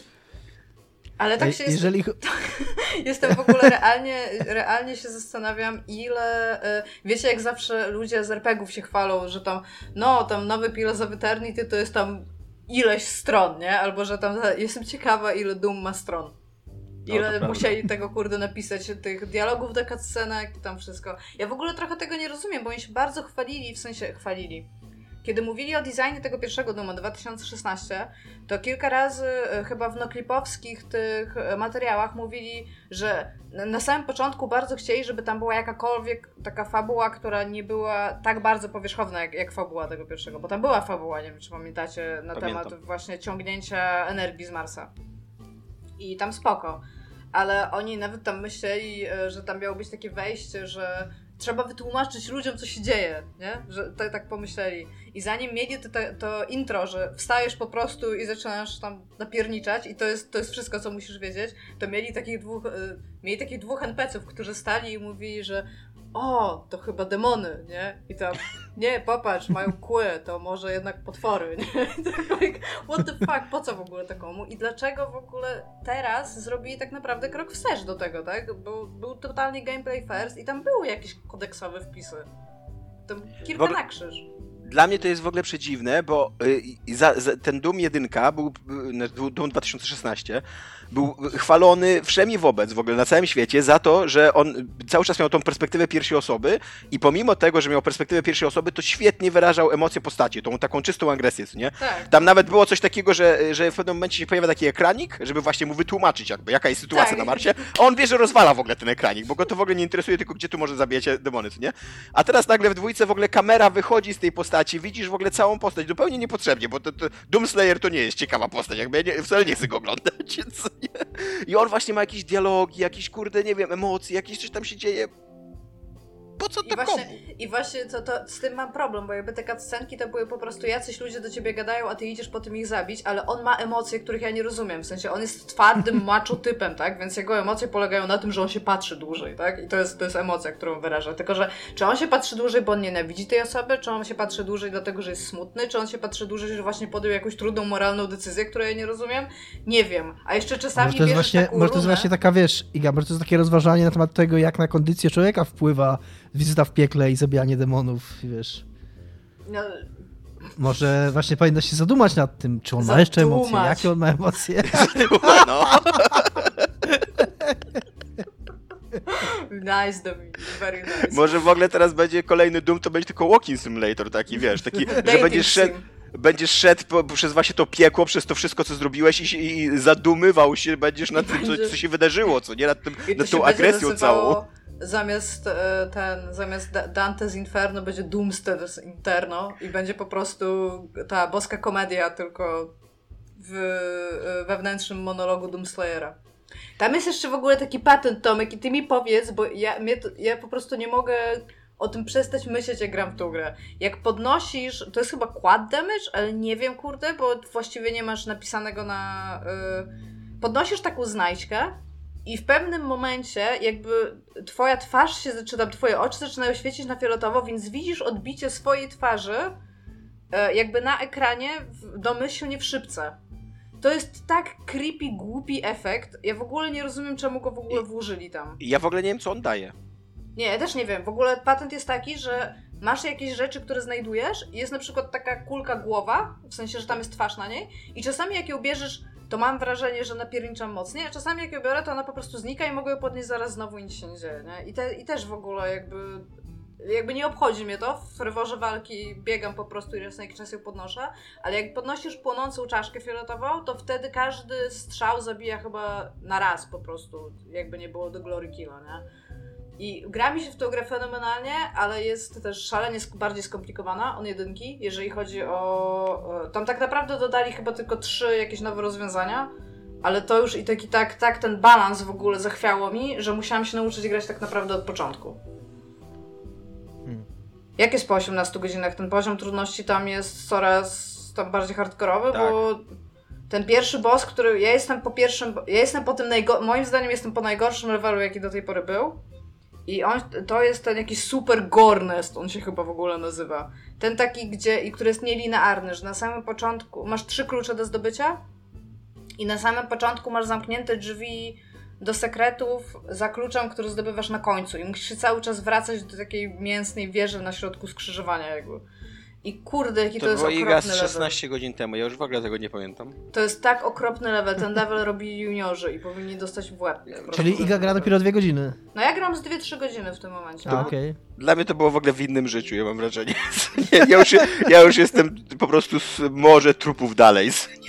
Ale tak się Jeżeli... jestem w ogóle realnie się zastanawiam, ile... Wiecie, jak zawsze ludzie z RPGów się chwalą, że tam nowy Pillars of Eternity to jest tam ileś stron, nie? Albo że tam... Jestem ciekawa, ile Doom ma stron. Ile musieli tego, kurde, napisać, tych dialogów do cutscenek i tam wszystko. Ja w ogóle trochę tego nie rozumiem, bo oni się bardzo chwalili, w sensie chwalili. Kiedy mówili o designie tego pierwszego Dooma 2016, to kilka razy chyba w noklipowskich tych materiałach mówili, że na samym początku bardzo chcieli, żeby tam była jakakolwiek taka fabuła, która nie była tak bardzo powierzchowna jak fabuła tego pierwszego, bo tam była fabuła, nie wiem czy pamiętacie, na temat właśnie ciągnięcia energii z Marsa. I tam spoko. Ale oni nawet tam myśleli, że tam miało być takie wejście, że trzeba wytłumaczyć ludziom, co się dzieje, nie? Że tak pomyśleli. I zanim mieli to intro, że wstajesz po prostu i zaczynasz tam napierniczać i to jest wszystko, co musisz wiedzieć, to mieli takich dwóch NPC-ów, którzy stali i mówili, że to chyba demony, nie? I tam, nie, popatrz, mają kły, to może jednak potwory, nie? I tak, like, what the fuck, po co w ogóle takomu? I dlaczego w ogóle teraz zrobili tak naprawdę krok wstecz do tego, tak? Bo był totalnie gameplay first i tam były jakieś kodeksowe wpisy. Tam kilka na krzyż. Dla mnie to jest w ogóle przedziwne, bo ten Doom 1, Doom 2016, był chwalony wszemi wobec w ogóle na całym świecie za to, że on cały czas miał tą perspektywę pierwszej osoby i pomimo tego, że miał perspektywę pierwszej osoby, to świetnie wyrażał emocje postaci, tą taką czystą agresję, nie? Tak. Tam nawet było coś takiego, że w pewnym momencie się pojawia taki ekranik, żeby właśnie mu wytłumaczyć jakby, jaka jest sytuacja na Marsie, a on wie, że rozwala w ogóle ten ekranik, bo go to w ogóle nie interesuje, tylko gdzie tu może zabijać demony, nie? A teraz nagle w dwójce w ogóle kamera wychodzi z tej postaci, widzisz w ogóle całą postać, zupełnie niepotrzebnie, bo Doomslayer to nie jest ciekawa postać, jakby ja wcale nie chcę go oglądać, co nie? I on właśnie ma jakieś dialogi, jakieś kurde, nie wiem, emocje, jakieś coś tam się dzieje. po co to komu? I właśnie to z tym mam problem, bo jakby te cutscenki to były po prostu jacyś ludzie do ciebie gadają, a ty idziesz po tym ich zabić, ale on ma emocje, których ja nie rozumiem, w sensie on jest twardym macho typem, tak, więc jego emocje polegają na tym, że on się patrzy dłużej, tak, i to jest emocja, którą wyraża, tylko że czy on się patrzy dłużej, bo on nienawidzi tej osoby, czy on się patrzy dłużej dlatego, że jest smutny, czy on się patrzy dłużej, że właśnie podjął jakąś trudną moralną decyzję, której ja nie rozumiem, nie wiem, a jeszcze czasami Może to jest właśnie, może to jest właśnie taka, wiesz, Iga, może to jest takie rozważanie na temat tego, jak na kondycję człowieka wpływa wizyta w piekle i zabijanie demonów, wiesz. No, może właśnie powinno się zadumać nad tym, czy on ma jeszcze emocje, jakie on ma emocje. No. Nice, Dominik, very nice. Może w ogóle teraz będzie kolejny Doom, to będzie tylko walking simulator taki, wiesz, taki, że będziesz szedł przez właśnie to piekło, przez to wszystko, co zrobiłeś i zadumywał się będziesz nad tym, co się wydarzyło, co nie? Nad tą agresją całą. Zamiast Dante's Inferno będzie Doomster's Inferno i będzie po prostu ta boska komedia tylko w wewnętrznym monologu Doomslayera. Tam jest jeszcze w ogóle taki patent, Tomek, i ty mi powiedz, bo ja po prostu nie mogę o tym przestać myśleć, jak gram w tą grę. Jak podnosisz, to jest chyba quad damage, ale nie wiem, kurde, bo właściwie nie masz napisanego na... podnosisz taką znajdźkę i w pewnym momencie jakby twoja twarz się zaczyna, twoje oczy zaczynają świecić na fioletowo, więc widzisz odbicie swojej twarzy jakby na ekranie domyślnie w szybce. To jest tak creepy, głupi efekt. Ja w ogóle nie rozumiem, czemu go w ogóle włożyli tam. Ja w ogóle nie wiem, co on daje. Nie, ja też nie wiem. W ogóle patent jest taki, że masz jakieś rzeczy, które znajdujesz i jest na przykład taka kulka głowa, w sensie, że tam jest twarz na niej i czasami jak ją bierzesz, to mam wrażenie, że napierniczam mocniej, a czasami jak ją biorę, to ona po prostu znika i mogę ją podnieść zaraz znowu i nic się nie dzieje, nie? I też w ogóle jakby nie obchodzi mnie to, w ferworze walki biegam po prostu i raz na jakiś czas ją podnoszę, ale jak podnosisz płonącą czaszkę fioletową, to wtedy każdy strzał zabija chyba na raz po prostu, jakby nie było do glory killa, nie? I gra mi się w tą grę fenomenalnie, ale jest też szalenie bardziej skomplikowana od jedynki, jeżeli chodzi o... Tam tak naprawdę dodali chyba tylko 3 jakieś nowe rozwiązania, ale to już i tak ten balans w ogóle zachwiało mi, że musiałam się nauczyć grać tak naprawdę od początku. Jak jest po 18 godzinach? Ten poziom trudności tam jest coraz tam bardziej hardkorowy, tak. Bo ten pierwszy boss, który... Ja jestem po tym moim zdaniem jestem po najgorszym levelu, jaki do tej pory był. I to jest ten jakiś super gornest, on się chyba w ogóle nazywa. Ten taki, który jest nielinearny, że na samym początku masz 3 klucze do zdobycia i na samym początku masz zamknięte drzwi do sekretów za kluczem, który zdobywasz na końcu i musisz się cały czas wracać do takiej mięsnej wieży na środku skrzyżowania jakby. I kurde, jaki to jest okropny level. To było Iga z 16 godzin temu, ja już w ogóle tego nie pamiętam. To jest tak okropny level, ten level robili juniorzy i powinni dostać w łeb. Czyli Iga gra dopiero 2 godziny. No ja gram z 2-3 godziny w tym momencie. Okay. Dla mnie to było w ogóle w innym życiu, ja mam wrażenie. Ja już jestem po prostu z morze trupów dalej.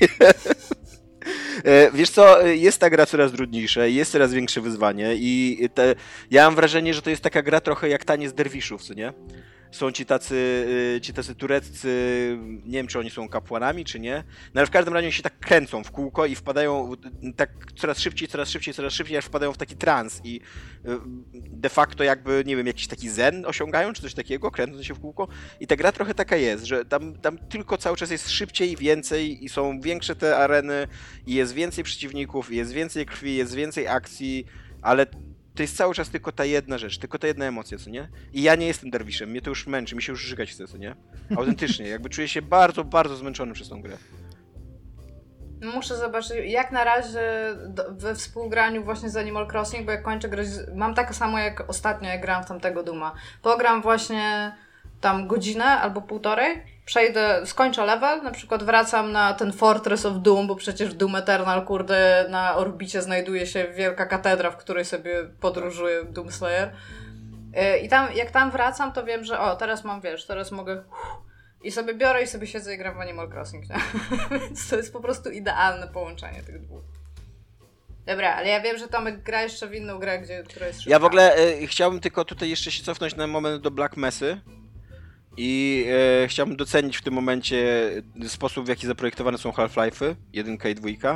Wiesz co, jest ta gra coraz trudniejsza, jest coraz większe wyzwanie i ja mam wrażenie, że to jest taka gra trochę jak taniec derwiszów, co nie? Są ci tacy tureccy, nie wiem czy oni są kapłanami czy nie, no ale w każdym razie oni się tak kręcą w kółko i wpadają tak coraz szybciej, aż wpadają w taki trans i de facto jakby, nie wiem, jakiś taki zen osiągają czy coś takiego, kręcąc się w kółko i ta gra trochę taka jest, że tam tylko cały czas jest szybciej i więcej i są większe te areny i jest więcej przeciwników, i jest więcej krwi, jest więcej akcji, ale to jest cały czas tylko ta jedna rzecz, tylko ta jedna emocja, co nie? I ja nie jestem derwiszem, mnie to już męczy, mi się już żygać chce, co nie? Autentycznie, jakby czuję się bardzo, bardzo zmęczony przez tą grę. Muszę zobaczyć, jak na razie we współgraniu właśnie z Animal Crossing, bo jak kończę grać, mam tak samo jak ostatnio, jak grałam w tamtego Dooma. Pogram właśnie tam godzinę albo półtorej, skończę level, na przykład wracam na ten Fortress of Doom, bo przecież w Doom Eternal, kurde, na orbicie znajduje się wielka katedra, w której sobie podróżuje Doomslayer. I jak tam wracam, to wiem, że teraz mam, teraz mogę... I sobie biorę i sobie siedzę i gram w Animal Crossing, nie? Więc to jest po prostu idealne połączenie tych dwóch. Dobra, ale ja wiem, że Tomek gra jeszcze w inną grę, która jest szybka. Ja w ogóle chciałbym tylko tutaj jeszcze się cofnąć na moment do Black Messy i chciałbym docenić w tym momencie sposób, w jaki zaprojektowane są Half-Life'y, 1 i 2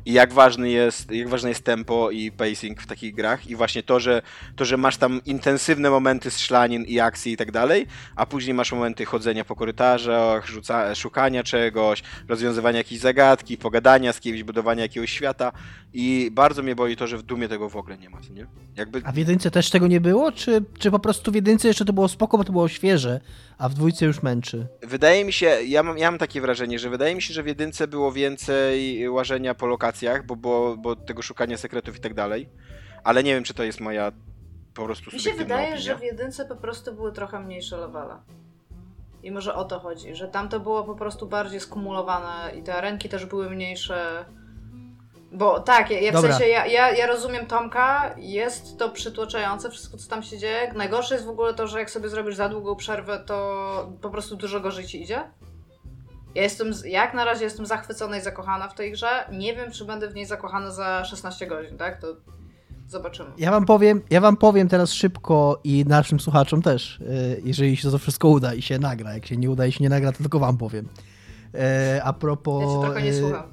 i jak ważne jest tempo i pacing w takich grach i właśnie to, że masz tam intensywne momenty strzelanin i akcji i tak dalej, a później masz momenty chodzenia po korytarzach, szukania czegoś, rozwiązywania jakiejś zagadki, pogadania z kimś, budowania jakiegoś świata i bardzo mnie boli to, że w Doomie tego w ogóle nie ma, nie? Jakby... A w jedynce też tego nie było? Czy po prostu w jedynce jeszcze to było spoko, bo to było świeże, a w dwójce już męczy? Wydaje mi się, ja mam takie wrażenie, że wydaje mi się, że w jedynce było więcej łażenia po lokacjach, bo tego szukania sekretów i tak dalej, ale nie wiem, czy to jest moja po prostu Mi się subiektywna wydaje, opinia. że w jedynce po prostu były trochę mniejsze levele. I może o to chodzi, że tam to było po prostu bardziej skumulowane i te arenki też były mniejsze. Bo tak, w Dobra. sensie ja rozumiem Tomka, jest to przytłaczające wszystko, co tam się dzieje. Najgorsze jest w ogóle to, że jak sobie zrobisz za długą przerwę, to po prostu dużo gorzej ci idzie. Jak na razie jestem zachwycona i zakochana w tej grze. Nie wiem, czy będę w niej zakochana za 16 godzin, tak? To zobaczymy. Ja wam powiem teraz szybko i naszym słuchaczom też, jeżeli się to wszystko uda i się nagra. Jak się nie uda i się nie nagra, to tylko wam powiem. A propos... Ja cię trochę nie słucham.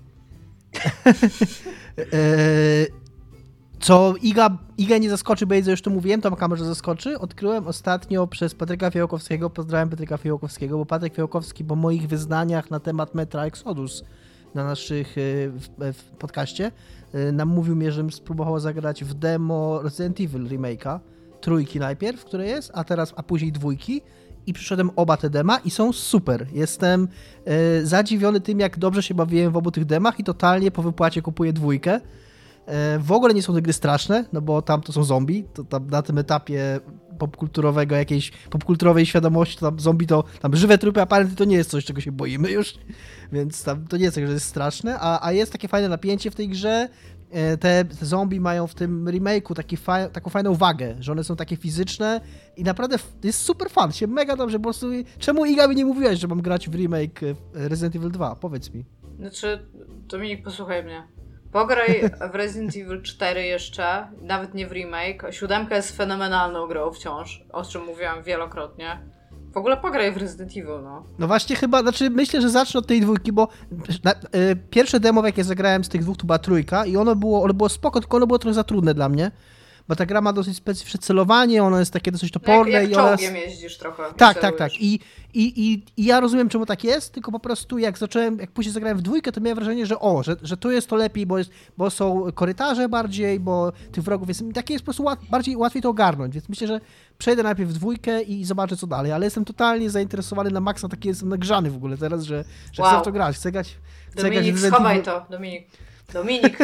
Co Iga nie zaskoczy, bo już to mówiłem, Tomka może zaskoczy. Odkryłem ostatnio przez Patryka Fiołkowskiego, pozdrawiam Patryka Fiołkowskiego, bo Patryk Fiołkowski po moich wyznaniach na temat Metra Exodus na naszych w podcaście namówił mnie, żebym spróbował zagrać w demo Resident Evil remake'a, trójki najpierw, które jest, a później dwójki. I przyszedłem oba te dema i są super. Jestem zadziwiony tym, jak dobrze się bawiłem w obu tych demach i totalnie po wypłacie kupuję dwójkę. W ogóle nie są te gry straszne, no bo tam to są zombie, to tam na tym etapie popkulturowej świadomości, to tam zombie to tam żywe trupy, aparenty to nie jest coś, czego się boimy już, więc tam to nie jest tak, że jest straszne, a jest takie fajne napięcie w tej grze. Te zombie mają w tym remake'u taką fajną wagę, że one są takie fizyczne i naprawdę jest super fan, się mega dobrze, po prostu czemu Iga mi nie mówiłaś, że mam grać w remake Resident Evil 2? Powiedz mi. Znaczy, Dominik, posłuchaj mnie. Pograj w Resident Evil 4 jeszcze, nawet nie w remake. 7 jest fenomenalną grą wciąż, o czym mówiłam wielokrotnie. W ogóle pograj w Resident Evil, no. No właśnie myślę, że zacznę od tej dwójki, bo pierwsze demo, jakie zagrałem z tych dwóch, to była trójka i ono było spoko, tylko ono było trochę za trudne dla mnie, bo ta gra ma dosyć specyficzne celowanie, ono jest takie dosyć toporne. Jak i ona czołgiem jeździsz trochę. Tak. I ja rozumiem, czemu tak jest, tylko po prostu jak później zagrałem w dwójkę, to miałem wrażenie, że tu jest to lepiej, bo są korytarze bardziej, bo tych wrogów jest, takie jest po prostu łatwiej to ogarnąć, więc myślę, że przejdę najpierw w dwójkę i zobaczę, co dalej, ale jestem totalnie zainteresowany na maksa, taki jestem nagrzany w ogóle teraz, że chcę w to grać, chcę grać Dominik, schowaj to, Dominik.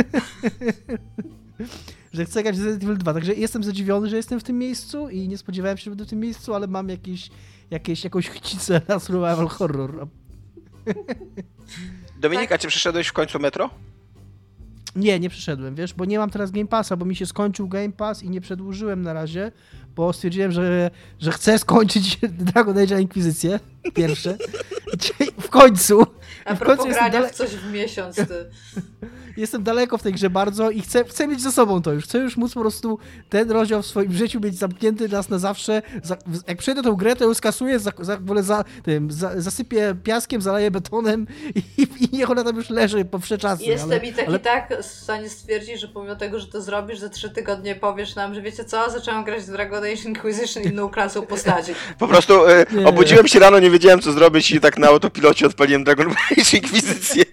że chcę grać w Resident Evil 2, także jestem zadziwiony, że jestem w tym miejscu i nie spodziewałem się, że będę w tym miejscu, ale mam jakąś chcicę na survival horror. Dominik, a czy przeszedłeś w końcu Metro? Nie przeszedłem, wiesz, bo nie mam teraz Game Passa, bo mi się skończył Game Pass i nie przedłużyłem na razie, bo stwierdziłem, że chcę skończyć Dragon Age Inkwizycję, pierwsze, w końcu. A propos grania w coś w miesiąc, ty. Jestem daleko w tej grze bardzo i chcę mieć ze sobą to już. Chcę już móc po prostu ten rozdział w swoim życiu mieć zamknięty raz na zawsze. Jak przejdę tą grę, to ją skasuję, zasypię piaskiem, zaleję betonem i niech ona tam już leży po wsze czasy. Jestem i tak w stanie stwierdzić, że pomimo tego, że to zrobisz, za 3 tygodnie powiesz nam, że wiecie co, zaczęłam grać w Dragon Age Inquisition inną klasą postaci. Po prostu obudziłem się rano, nie wiedziałem, co zrobić i tak na autopilocie odpaliłem Dragon Age Inkwizycję.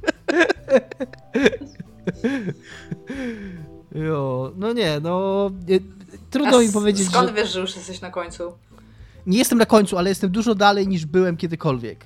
Trudno mi powiedzieć, skąd wiesz, że już jesteś na końcu? Nie jestem na końcu, ale jestem dużo dalej niż byłem kiedykolwiek.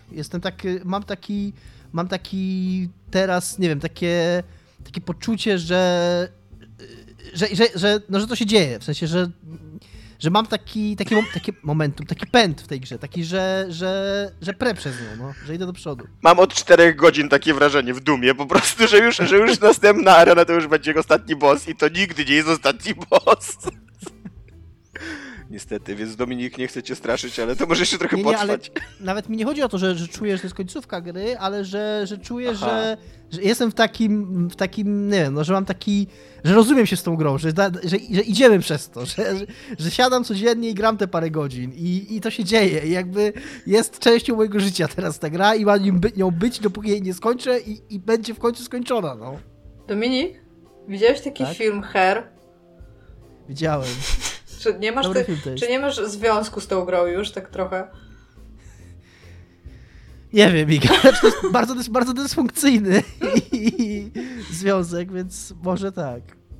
Mam taki teraz, nie wiem, takie poczucie, że to się dzieje, w sensie, że mam taki momentum, taki pęd w tej grze, taki, że prę przez nią, że idę do przodu. Mam od 4 godzin takie wrażenie w Dumie, po prostu, że już następna arena to już będzie ostatni boss i to nigdy nie jest ostatni boss. Niestety, więc Dominik, nie chcę cię straszyć, ale to może jeszcze trochę potrwać. Ale nawet mi nie chodzi o to, że czuję, że to jest końcówka gry, ale że czuję, że jestem w takim, nie wiem, że mam taki, że rozumiem się z tą grą, że idziemy przez to, że siadam codziennie i gram te parę godzin i to się dzieje i jakby jest częścią mojego życia teraz ta gra i ma nią być, dopóki jej nie skończę i będzie w końcu skończona, no. Dominik, widziałeś taki Tak? film Her? Widziałem. Czy nie masz związku z tą grą już, tak trochę? Nie wiem, Mika, to jest bardzo dysfunkcyjny związek, więc może tak.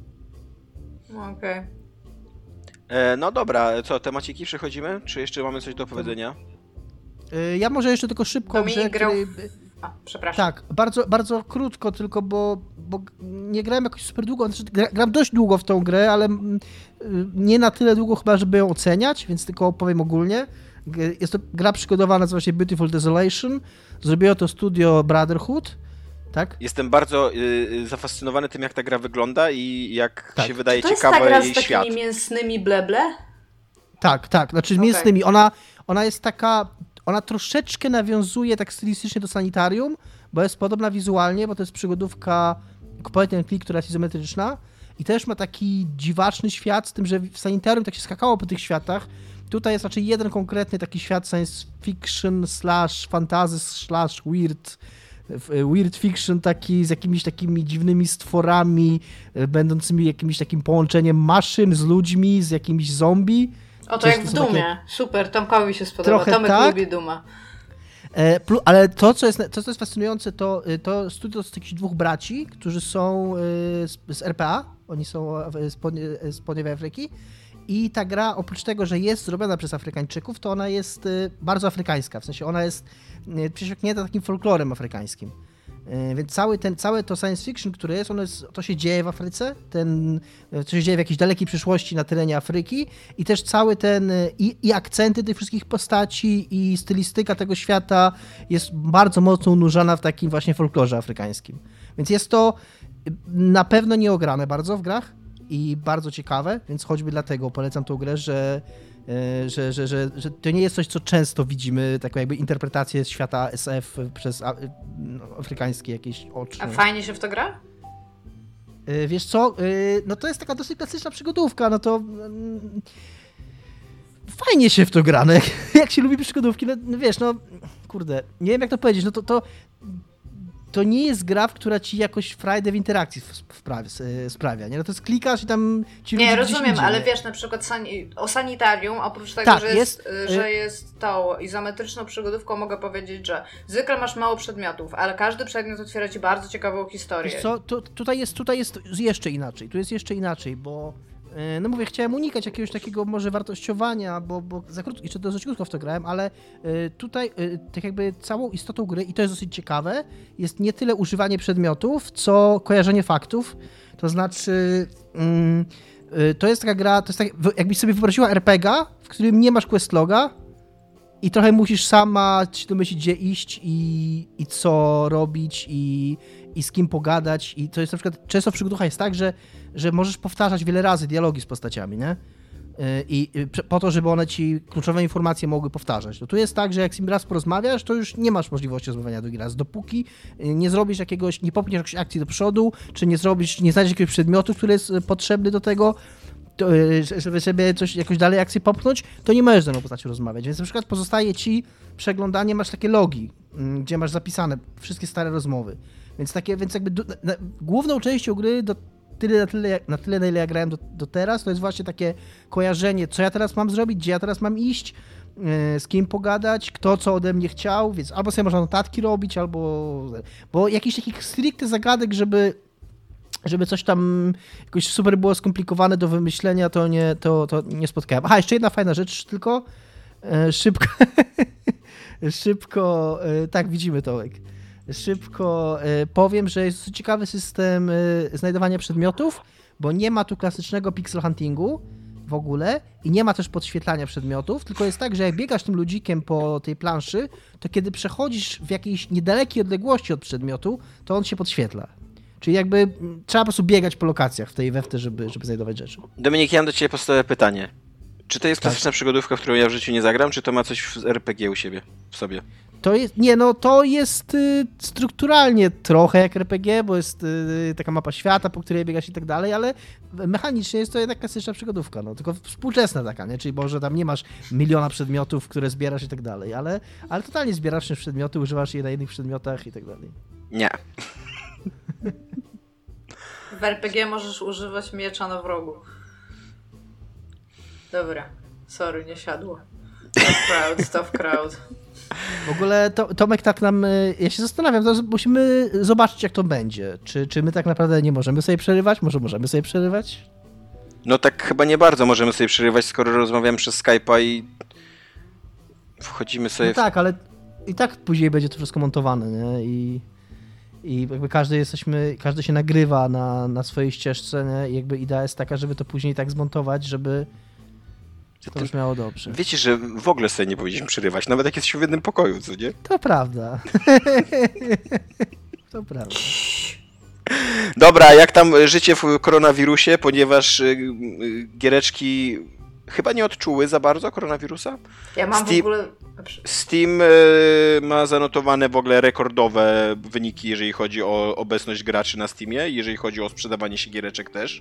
Okej. No dobra, co, temaciki przechodzimy? Czy jeszcze mamy coś do powiedzenia? Ja może jeszcze tylko szybko Dominik grze, grał której... A, przepraszam. Tak, bardzo krótko tylko, bo nie grałem jakoś super długo, znaczy gram dość długo w tą grę, ale nie na tyle długo chyba, żeby ją oceniać, więc tylko opowiem ogólnie. Jest to gra przygodowana, nazywa się Beautiful Desolation. Zrobiło to studio Brotherhood, tak? Jestem bardzo zafascynowany tym, jak ta gra wygląda i jak Tak. się wydaje To jest ciekawy ta gra z jej takimi świat. mięsnymi bleble? Tak, znaczy Okej. mięsnymi. Ona jest taka, ona troszeczkę nawiązuje tak stylistycznie do Sanitarium, bo jest podobna wizualnie, bo to jest przygodówka point and click, która jest izometryczna i też ma taki dziwaczny świat, z tym, że w Sanitarium tak się skakało po tych światach. Tutaj jest raczej jeden konkretny taki świat science fiction / fantasy / weird fiction taki z jakimiś takimi dziwnymi stworami, będącymi jakimś takim połączeniem maszyn z ludźmi, z jakimiś zombie. O, to Coś, jak w są takie- Dumie. Super, Tomkowi się spodoba. Trochę Tomek tak. lubi Duma. Ale to, co jest fascynujące, to studio z takich dwóch braci, którzy są z RPA, oni są z południowej Afryki i ta gra, oprócz tego, że jest zrobiona przez Afrykańczyków, to ona jest bardzo afrykańska, w sensie ona jest przesiąknięta takim folklorem afrykańskim. Więc całe to science fiction, które jest, to się dzieje w Afryce, to się dzieje w jakiejś dalekiej przyszłości na terenie Afryki i też cały i akcenty tych wszystkich postaci i stylistyka tego świata jest bardzo mocno unurzana w takim właśnie folklorze afrykańskim. Więc jest to na pewno nieograne bardzo w grach i bardzo ciekawe, więc choćby dlatego polecam tą grę, że to nie jest coś, co często widzimy, taką jakby interpretację świata SF przez afrykańskie jakieś oczy. A fajnie się w to gra? Wiesz co, no to jest taka dosyć klasyczna przygodówka, no to fajnie się w to gra, no jak się lubi przygodówki, no wiesz, no kurde, nie wiem jak to powiedzieć, no to nie jest gra, która ci jakoś frajdę w interakcji sprawia, nie? No to jest klikasz i tam ci Nie, ludzie gdzieś rozumiem, idzie, ale nie? wiesz, na przykład o Sanitarium, oprócz tego, Tak, że jest tą izometryczną przygodówką, mogę powiedzieć, że zwykle masz mało przedmiotów, ale każdy przedmiot otwiera ci bardzo ciekawą historię. Wiesz co, tutaj jest jeszcze inaczej, tu jest jeszcze inaczej, bo no mówię, chciałem unikać jakiegoś takiego może wartościowania, bo za krótko, jeszcze dosyć krótko w to grałem, ale tutaj tak jakby całą istotą gry, i to jest dosyć ciekawe, jest nie tyle używanie przedmiotów, co kojarzenie faktów, to znaczy to jest taka gra, to jest tak, jakbyś sobie wyobraziła RPG, w którym nie masz questloga i trochę musisz sama się domyślić, gdzie iść i co robić i z kim pogadać i to jest na przykład, często w przygodówkach jest tak, że możesz powtarzać wiele razy dialogi z postaciami, nie? I po to, żeby one ci kluczowe informacje mogły powtarzać. To tu jest tak, że jak z nim raz porozmawiasz, to już nie masz możliwości rozmawiania drugi raz, dopóki nie zrobisz nie popchniesz jakiejś akcji do przodu, czy nie znajdziesz jakiegoś przedmiotu, który jest potrzebny do tego, żeby sobie jakoś dalej akcję popchnąć, to nie możesz ze mną postacią rozmawiać. Więc na przykład pozostaje ci przeglądanie, masz takie logi, gdzie masz zapisane wszystkie stare rozmowy. Więc jakby główną częścią gry na tyle, na ile ja grałem do teraz, to jest właśnie takie kojarzenie, co ja teraz mam zrobić, gdzie ja teraz mam iść, z kim pogadać, kto co ode mnie chciał, więc albo sobie można notatki robić, bo jakichś takich stricte zagadek, żeby coś tam jakoś super było skomplikowane do wymyślenia, to nie spotkałem. Aha, jeszcze jedna fajna rzecz tylko. Szybko, tak, widzimy Tomek. Szybko powiem, że jest ciekawy system znajdowania przedmiotów, bo nie ma tu klasycznego pixel huntingu w ogóle i nie ma też podświetlania przedmiotów, tylko jest tak, że jak biegasz tym ludzikiem po tej planszy, to kiedy przechodzisz w jakiejś niedalekiej odległości od przedmiotu, to on się podświetla. Czyli jakby trzeba po prostu biegać po lokacjach w tej we żeby znajdować rzeczy. Dominik, ja mam do ciebie podstawowe pytanie. Czy to jest klasyczna przygodówka, w którą ja w życiu nie zagram, czy to ma coś z RPG u siebie, w sobie? To jest strukturalnie trochę jak RPG, bo jest taka mapa świata, po której biegasz i tak dalej, ale mechanicznie jest to jednak klasyczna przygodówka, no, tylko współczesna taka, nie? Czyli może tam nie masz miliona przedmiotów, które zbierasz i tak dalej, ale totalnie zbierasz przedmioty, używasz je na innych przedmiotach i tak dalej. Nie. RPG możesz używać miecza na wrogu. Dobra. Sorry, nie siadło. Tough crowd. W ogóle Tomek tak nam, ja się zastanawiam, to musimy zobaczyć jak to będzie. Czy my tak naprawdę nie możemy sobie przerywać? Może możemy sobie przerywać? No tak chyba nie bardzo możemy sobie przerywać, skoro rozmawiamy przez Skype'a i wchodzimy sobie... No tak, ale i tak później będzie to wszystko montowane, nie? I jakby każdy się nagrywa na swojej ścieżce, nie? I jakby idea jest taka, żeby to później tak zmontować, żeby to brzmiało dobrze. Wiecie, że w ogóle sobie nie powinniśmy przerywać, nawet jak jesteśmy w jednym pokoju, co nie? To prawda. To prawda. Dobra, jak tam życie w koronawirusie, ponieważ giereczki chyba nie odczuły za bardzo koronawirusa? Ja mam w ogóle... Steam ma zanotowane w ogóle rekordowe wyniki, jeżeli chodzi o obecność graczy na Steamie, jeżeli chodzi o sprzedawanie się giereczek też.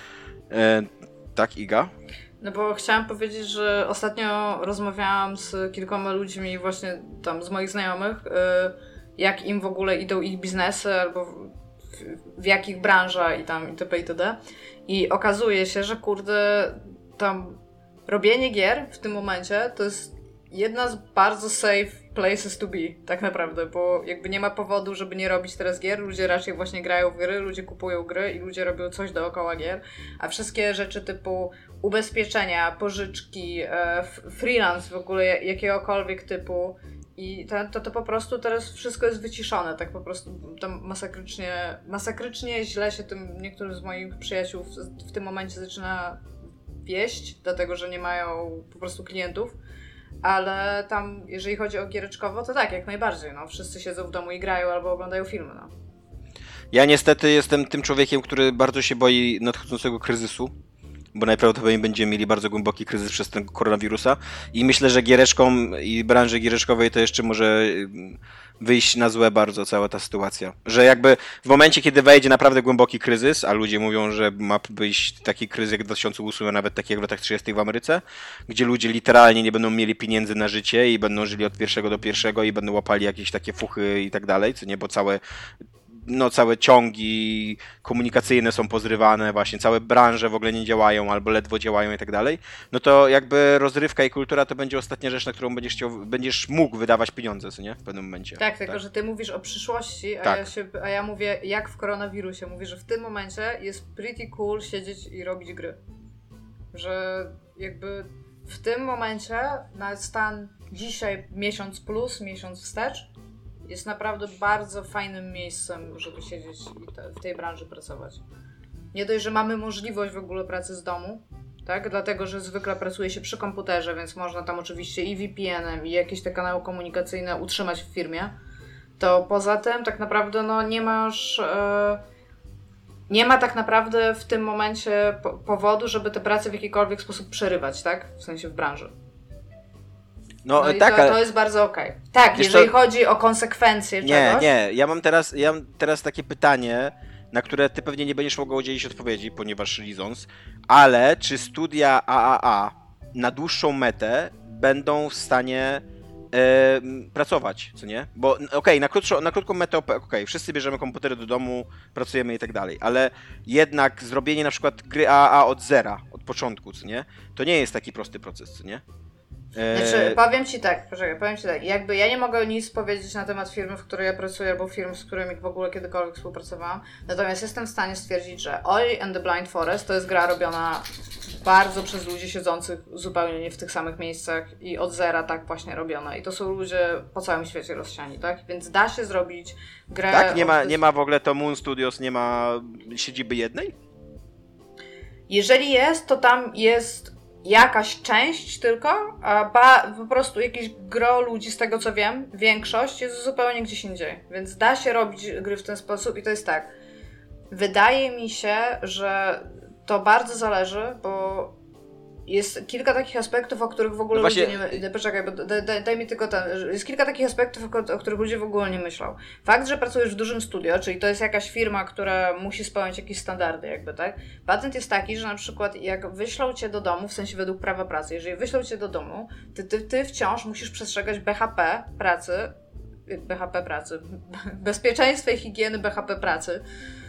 Tak, Iga? No bo chciałam powiedzieć, że ostatnio rozmawiałam z kilkoma ludźmi właśnie tam z moich znajomych, jak im w ogóle idą ich biznesy albo w jakich branżach i tam itp. itd. I okazuje się, że kurde, tam robienie gier w tym momencie to jest jedna z bardzo safe places to be, tak naprawdę, bo jakby nie ma powodu, żeby nie robić teraz gier, ludzie raczej właśnie grają w gry, ludzie kupują gry i ludzie robią coś dookoła gier, a wszystkie rzeczy typu ubezpieczenia, pożyczki, freelance w ogóle jakiegokolwiek typu i to po prostu teraz wszystko jest wyciszone, tak po prostu tam masakrycznie źle się tym niektórym z moich przyjaciół w tym momencie zaczyna wieść, dlatego że nie mają po prostu klientów. Ale tam, jeżeli chodzi o giereczkowo, to tak, jak najbardziej, no. Wszyscy siedzą w domu i grają albo oglądają filmy, no. Ja niestety jestem tym człowiekiem, który bardzo się boi nadchodzącego kryzysu, bo najprawdopodobniej będziemy mieli bardzo głęboki kryzys przez ten koronawirusa i myślę, że giereczkom i branży giereczkowej to jeszcze może wyjść na złe bardzo cała ta sytuacja. Że jakby w momencie, kiedy wejdzie naprawdę głęboki kryzys, a ludzie mówią, że ma być taki kryzys jak w 2008, a nawet taki jak w latach 30. w Ameryce, gdzie ludzie literalnie nie będą mieli pieniędzy na życie i będą żyli od pierwszego do pierwszego i będą łapali jakieś takie fuchy i tak dalej, co nie, bo całe ciągi komunikacyjne są pozrywane, właśnie całe branże w ogóle nie działają albo ledwo działają i tak dalej, no to jakby rozrywka i kultura to będzie ostatnia rzecz, na którą będziesz mógł wydawać pieniądze, co nie? W pewnym momencie. Tak, tylko że ty mówisz o przyszłości, a ja mówię jak w koronawirusie. Mówię, że w tym momencie jest pretty cool siedzieć i robić gry. Że jakby w tym momencie na stan dzisiaj miesiąc plus, miesiąc wstecz jest naprawdę bardzo fajnym miejscem, żeby siedzieć i w tej branży pracować. Nie dość, że mamy możliwość w ogóle pracy z domu, tak? Dlatego, że zwykle pracuje się przy komputerze, więc można tam oczywiście i VPN-em, i jakieś te kanały komunikacyjne utrzymać w firmie, to poza tym tak naprawdę no nie ma tak naprawdę w tym momencie powodu, żeby tę pracę w jakikolwiek sposób przerywać, tak? W sensie w branży. No tak, to jest bardzo okej. Tak, jeżeli chodzi o konsekwencje czegoś... Ja mam teraz takie pytanie, na które ty pewnie nie będziesz mogła udzielić odpowiedzi, ponieważ reasons, ale czy studia AAA na dłuższą metę będą w stanie pracować, co nie? Bo na krótką metę wszyscy bierzemy komputery do domu, pracujemy i tak dalej, ale jednak zrobienie na przykład gry AAA od zera, od początku, co nie? To nie jest taki prosty proces, co nie? Znaczy, powiem ci tak, jakby ja nie mogę nic powiedzieć na temat firmy, w której ja pracuję, albo firm, z którymi w ogóle kiedykolwiek współpracowałam, natomiast jestem w stanie stwierdzić, że Ori and the Blind Forest to jest gra robiona bardzo przez ludzi siedzących zupełnie nie w tych samych miejscach i od zera tak właśnie robiona i to są ludzie po całym świecie rozsiani, tak? Więc da się zrobić grę... Tak? Nie ma w ogóle to Moon Studios, nie ma siedziby jednej? Jeżeli jest, to tam jest jakaś część tylko, a po prostu jakieś gro ludzi, z tego co wiem, większość jest zupełnie gdzieś indziej. Więc da się robić gry w ten sposób i to jest tak. Wydaje mi się, że to bardzo zależy, bo jest kilka takich aspektów, o których w ogóle ludzie nie... Poczekaj, bo daj mi tylko jest kilka takich aspektów, o których ludzie w ogóle nie myślą. Fakt, że pracujesz w dużym studio, czyli to jest jakaś firma, która musi spełniać jakieś standardy jakby, tak? Patent jest taki, że na przykład jak wyślą cię do domu, w sensie według prawa pracy, jeżeli wyślą cię do domu, ty wciąż musisz przestrzegać BHP pracy, bezpieczeństwa i higieny BHP pracy.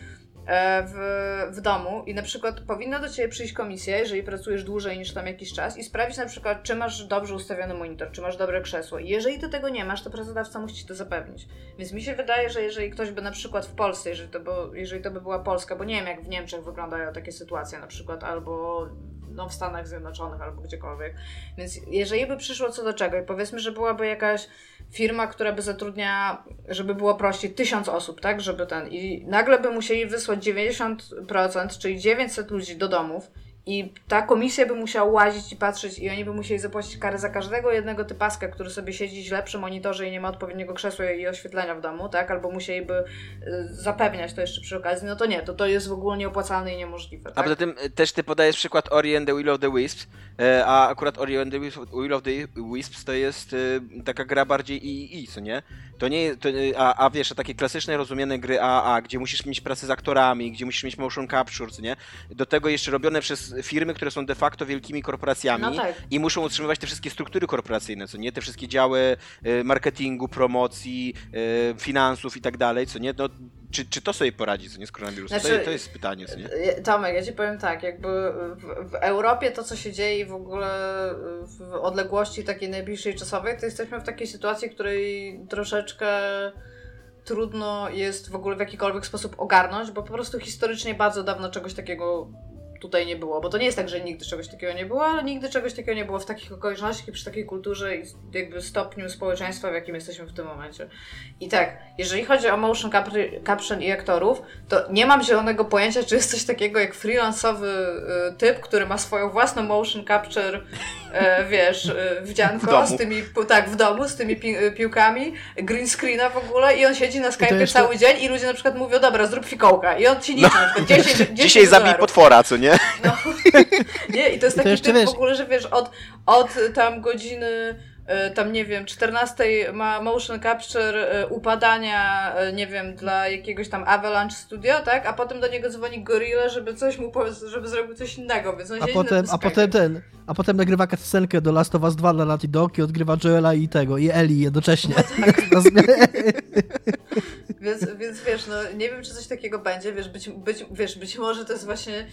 w domu i na przykład powinna do ciebie przyjść komisja, jeżeli pracujesz dłużej niż tam jakiś czas i sprawdzić na przykład, czy masz dobrze ustawiony monitor, czy masz dobre krzesło. I jeżeli ty tego nie masz, to pracodawca musi ci to zapewnić. Więc mi się wydaje, że jeżeli ktoś by na przykład w Polsce, jeżeli to by była Polska, bo nie wiem jak w Niemczech wyglądają takie sytuacje na przykład, albo w Stanach Zjednoczonych, albo gdziekolwiek. Więc jeżeli by przyszło co do czego i powiedzmy, że byłaby jakaś firma, która by zatrudniała, żeby było prościej, 1000 osób, tak, i nagle by musieli wysłać 90%, czyli 900 ludzi do domów i ta komisja by musiała łazić i patrzeć i oni by musieli zapłacić karę za każdego jednego typaska, który sobie siedzi źle przy monitorze i nie ma odpowiedniego krzesła i oświetlenia w domu, tak, albo musieliby zapewniać to jeszcze przy okazji, no to nie, to jest w ogóle nieopłacalne i niemożliwe. Tak? A poza tym też ty podajesz przykład Ori and the Will of the Wisps, a akurat Ori and the Will of the Wisps to jest taka gra bardziej III, co nie? To nie a wiesz, a takie klasyczne rozumiane gry AAA, gdzie musisz mieć pracę z aktorami, gdzie musisz mieć motion capture, co nie? Do tego jeszcze robione przez firmy, które są de facto wielkimi korporacjami No tak. i muszą utrzymywać te wszystkie struktury korporacyjne, co nie? Te wszystkie działy marketingu, promocji, finansów i tak dalej, co nie? No, czy to sobie poradzi, co nie, z koronawirusem? Znaczy, to jest pytanie, co nie? Tomek, ja ci powiem tak, jakby w Europie to, co się dzieje w ogóle w odległości takiej najbliższej czasowej, to jesteśmy w takiej sytuacji, której troszeczkę trudno jest w ogóle w jakikolwiek sposób ogarnąć, bo po prostu historycznie bardzo dawno czegoś takiego tutaj nie było, bo to nie jest tak, że nigdy czegoś takiego nie było, ale nigdy czegoś takiego nie było w takich okolicznościach i przy takiej kulturze i jakby stopniu społeczeństwa, w jakim jesteśmy w tym momencie. I tak, jeżeli chodzi o motion caption i aktorów, to nie mam zielonego pojęcia, czy jest coś takiego jak freelansowy typ, który ma swoją własną motion capture, wdzianko z tymi, w domu, z tymi piłkami, green screena w ogóle i on siedzi na Skype'ie jeszcze... cały dzień i ludzie na przykład mówią, dobra, zrób fikołka i on ci liczy na przykład 10 Dzisiaj zabij potwora, co nie? No. Nie, i to jest taki typ w ogóle, że wiesz, od tam godziny tam nie wiem, 14 ma motion capture upadania, nie wiem, dla jakiegoś tam Avalanche Studio, tak? A potem do niego dzwoni Gorilla, żeby coś mu żeby zrobił coś innego, więc on siedzi a potem nagrywa cutscenkę do Last of Us 2 dla Naughty Dog i odgrywa Joela i Ellie jednocześnie. Więc wiesz, no nie wiem, czy coś takiego będzie, być może to jest właśnie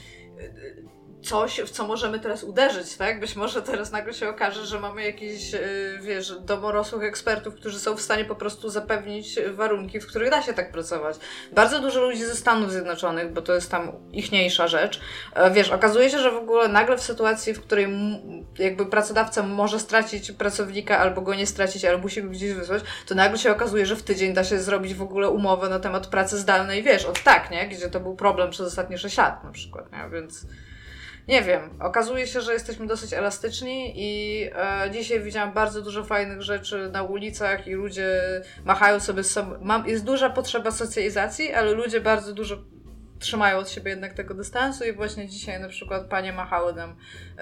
coś, w co możemy teraz uderzyć, tak? Być może teraz nagle się okaże, że mamy jakichś, domorosłych ekspertów, którzy są w stanie po prostu zapewnić warunki, w których da się tak pracować. Bardzo dużo ludzi ze Stanów Zjednoczonych, bo to jest tam ichniejsza rzecz. Okazuje się, że w ogóle nagle w sytuacji, w której jakby pracodawca może stracić pracownika, albo go nie stracić, albo musi go gdzieś wysłać, to nagle się okazuje, że w tydzień da się zrobić w ogóle umowę na temat pracy zdalnej, nie? Gdzie to był problem przez ostatnie 6 lat na przykład, nie? Więc nie wiem, okazuje się, że jesteśmy dosyć elastyczni i dzisiaj widziałam bardzo dużo fajnych rzeczy na ulicach i ludzie machają sobie z sobą. Jest duża potrzeba socjalizacji, ale ludzie bardzo dużo trzymają od siebie jednak tego dystansu i właśnie dzisiaj na przykład panie machały nam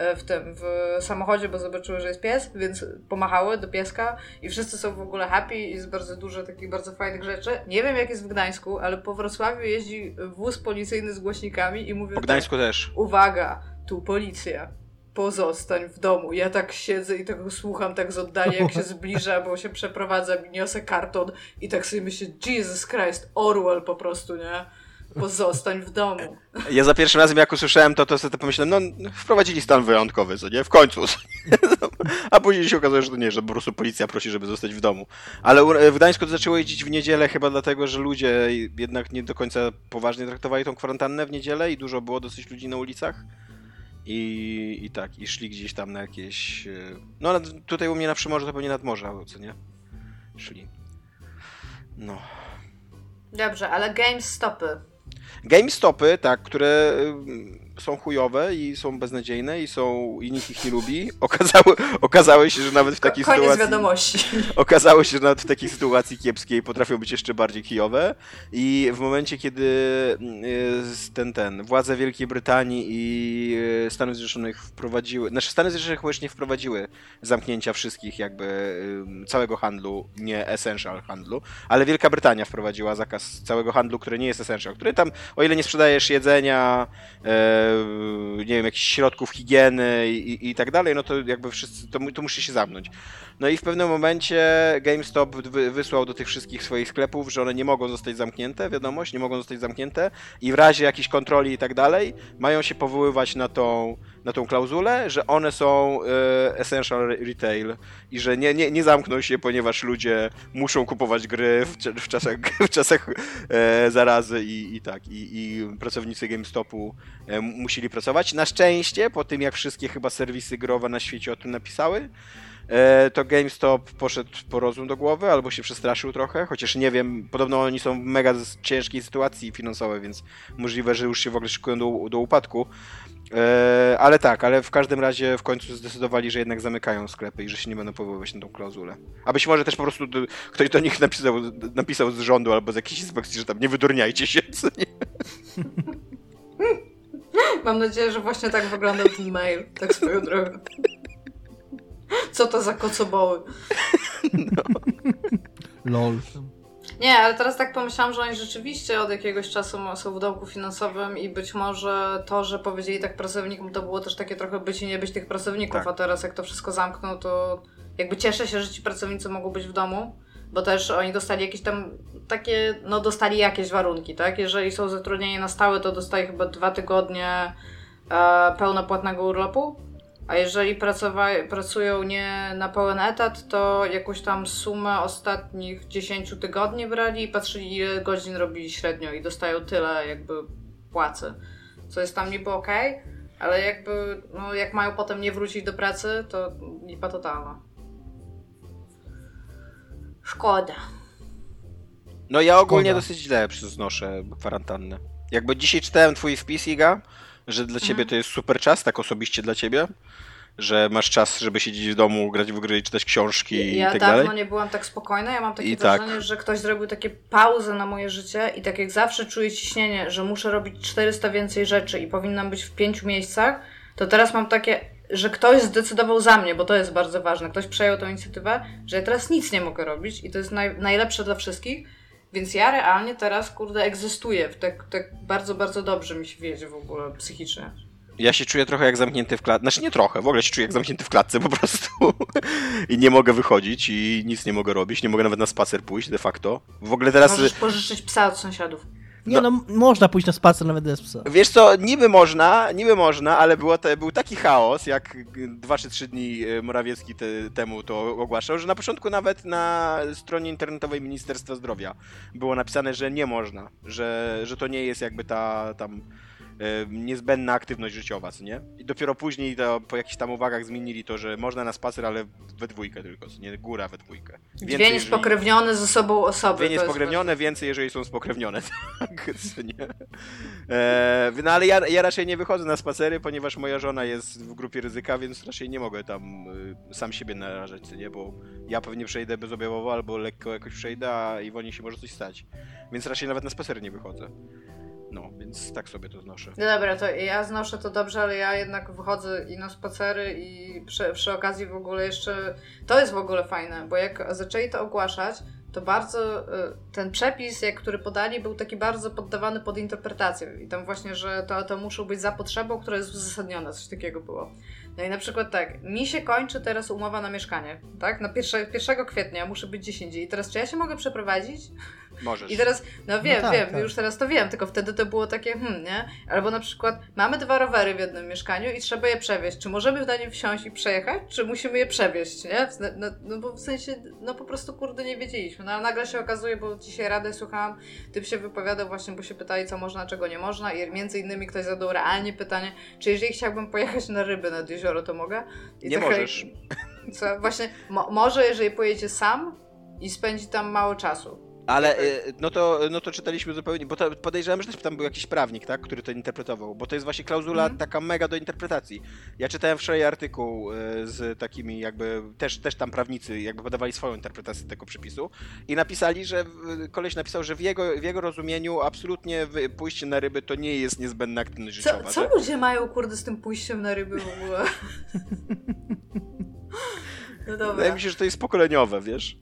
w samochodzie, bo zobaczyły, że jest pies, więc pomachały do pieska i wszyscy są w ogóle happy i jest bardzo dużo takich bardzo fajnych rzeczy. Nie wiem jak jest w Gdańsku, ale po Wrocławiu jeździ wóz policyjny z głośnikami i mówi Po Gdańsku też. Uwaga, tu policja. Pozostań w domu. Ja tak siedzę i tego słucham tak z oddania, jak się zbliża, bo się przeprowadzam i niosę karton i tak sobie myślę, Jesus Christ, Orwell po prostu, nie? Pozostań w domu. Ja za pierwszym razem jak usłyszałem to sobie pomyślałem, no wprowadzili stan wyjątkowy, co nie? W końcu. A później się okazuje, że to nie, że po prostu policja prosi, żeby zostać w domu. Ale w Gdańsku to zaczęło jeździć w niedzielę chyba dlatego, że ludzie jednak nie do końca poważnie traktowali tą kwarantannę w niedzielę i dużo było dosyć ludzi na ulicach. I szli gdzieś tam na jakieś... No ale tutaj u mnie na Przymorzu to pewnie nad morza, co nie? Szli. No. Dobrze, ale GameStopy. GameStopy, tak, które są chujowe i są beznadziejne i nikt ich nie lubi. Okazało się, że nawet w takiej Koniec sytuacji... wiadomości. Okazało się, że nawet w takiej sytuacji kiepskiej potrafią być jeszcze bardziej kijowe i w momencie, kiedy władze Wielkiej Brytanii i Stanów Zjednoczonych Stany Zjednoczone chyba już nie wprowadziły zamknięcia wszystkich całego handlu, nie essential handlu, ale Wielka Brytania wprowadziła zakaz całego handlu, który nie jest essential, który tam, o ile nie sprzedajesz jedzenia, nie wiem, jakichś środków higieny i tak dalej, no to jakby wszyscy, to musi się zamknąć. No i w pewnym momencie GameStop wysłał do tych wszystkich swoich sklepów, że one nie mogą zostać zamknięte, wiadomość, nie mogą zostać zamknięte i w razie jakichś kontroli i tak dalej mają się powoływać na tą klauzulę, że one są essential retail i że nie zamkną się, ponieważ ludzie muszą kupować gry w czasach zarazy i pracownicy GameStopu musieli pracować. Na szczęście, po tym jak wszystkie chyba serwisy growe na świecie o tym napisały, to GameStop poszedł po rozum do głowy, albo się przestraszył trochę, chociaż nie wiem, podobno oni są w mega ciężkiej sytuacji finansowej, więc możliwe, że już się w ogóle szykują do upadku. Ale w każdym razie w końcu zdecydowali, że jednak zamykają sklepy i że się nie będą powoływać na tą klauzulę. A być może też po prostu ktoś do nich napisał z rządu albo z jakiejś inspekcji, że tam nie wydurniajcie się, co nie? Mam nadzieję, że właśnie tak wyglądał ten mail, tak swoją drogą. Co to za kocoboły? No. Lol. Nie, ale teraz tak pomyślałam, że oni rzeczywiście od jakiegoś czasu są w dołku finansowym i być może to, że powiedzieli tak pracownikom, to było też takie trochę być i nie być tych pracowników, tak. A teraz jak to wszystko zamknął, to jakby cieszę się, że ci pracownicy mogą być w domu, bo też oni dostali jakieś tam takie, no dostali jakieś warunki, tak? Jeżeli są zatrudnieni na stałe, to dostali chyba 2 tygodnie pełnopłatnego urlopu. A jeżeli pracują nie na pełen etat, to jakąś tam sumę ostatnich 10 tygodni brali i patrzyli, ile godzin robili średnio i dostają tyle jakby płacy. Co jest tam niby okej, ale jakby, no jak mają potem nie wrócić do pracy, to lipa totalna. Szkoda. No ja ogólnie dosyć źle znoszę kwarantannę. Jakby dzisiaj czytałem twój wpis, Iga, że dla ciebie to jest super czas, tak osobiście dla ciebie, że masz czas, żeby siedzieć w domu, grać w gry, czytać książki i tak dalej. Ja dawno nie byłam tak spokojna, ja mam takie wrażenie, że ktoś zrobił takie pauzy na moje życie i tak jak zawsze czuję ciśnienie, że muszę robić 400 więcej rzeczy i powinnam być w 5 miejscach, to teraz mam takie, że ktoś zdecydował za mnie, bo to jest bardzo ważne. Ktoś przejął tę inicjatywę, że ja teraz nic nie mogę robić i to jest najlepsze dla wszystkich. Więc ja realnie teraz, kurde, egzystuję. Tak bardzo, bardzo dobrze mi się wiedzie w ogóle psychicznie. Ja się czuję trochę jak zamknięty w klatce. Znaczy nie trochę, w ogóle się czuję jak zamknięty w klatce po prostu. I nie mogę wychodzić i nic nie mogę robić. Nie mogę nawet na spacer pójść de facto. W ogóle teraz... Możesz pożyczyć psa od sąsiadów. Nie no, można pójść na spacer nawet bez psa. Wiesz co, niby można, ale był taki chaos, jak 2 czy 3 dni Morawiecki temu to ogłaszał, że na początku nawet na stronie internetowej Ministerstwa Zdrowia było napisane, że nie można, że to nie jest jakby ta tam niezbędna aktywność życiowa, co nie? I dopiero później po jakichś tam uwagach zmienili to, że można na spacer, ale we dwójkę tylko, co nie? Góra we dwójkę. Dwie niespokrewnione ze sobą osoby. Dwie niespokrewnione, więcej, jeżeli są spokrewnione, tak, co nie? No ale ja raczej nie wychodzę na spacery, ponieważ moja żona jest w grupie ryzyka, więc raczej nie mogę tam sam siebie narażać, co nie? Bo ja pewnie przejdę bezobjawowo albo lekko jakoś przejdę, a Iwonie się może coś stać. Więc raczej nawet na spacery nie wychodzę. No, więc tak sobie to znoszę. No dobra, to ja znoszę to dobrze, ale ja jednak wychodzę i na spacery i przy okazji w ogóle jeszcze... To jest w ogóle fajne, bo jak zaczęli to ogłaszać, to bardzo ten przepis, który podali, był taki bardzo poddawany pod interpretację. I tam właśnie, że to muszą być za potrzebą, która jest uzasadniona, coś takiego było. No i na przykład tak, mi się kończy teraz umowa na mieszkanie, tak? Na 1 kwietnia muszę być gdzieś indziej. I teraz czy ja się mogę przeprowadzić? Możesz. I teraz, wiem, tak. już teraz to wiem, tylko wtedy to było takie, nie? Albo na przykład mamy 2 rowery w jednym mieszkaniu i trzeba je przewieźć. Czy możemy na nie wsiąść i przejechać, czy musimy je przewieźć, nie? No bo w sensie, no po prostu kurde nie wiedzieliśmy. No a nagle się okazuje, bo dzisiaj radę słuchałam, typ się wypowiadał właśnie, bo się pytali, co można, czego nie można i między innymi ktoś zadał realnie pytanie, czy jeżeli chciałbym pojechać na ryby nad jezioro, to mogę? I nie możesz. Co? Właśnie, może jeżeli pojedzie sam i spędzi tam mało czasu. Ale no to czytaliśmy zupełnie, bo podejrzewam, że też tam był jakiś prawnik, tak, który to interpretował, bo to jest właśnie klauzula taka mega do interpretacji. Ja czytałem wczoraj artykuł z takimi jakby, też tam prawnicy jakby podawali swoją interpretację tego przepisu i napisali, że koleś napisał, że w jego rozumieniu absolutnie pójście na ryby to nie jest niezbędna aktywność życiowa. Co ludzie mają kurde z tym pójściem na ryby w ogóle? No dobra. Wydaje mi się, że to jest pokoleniowe, wiesz?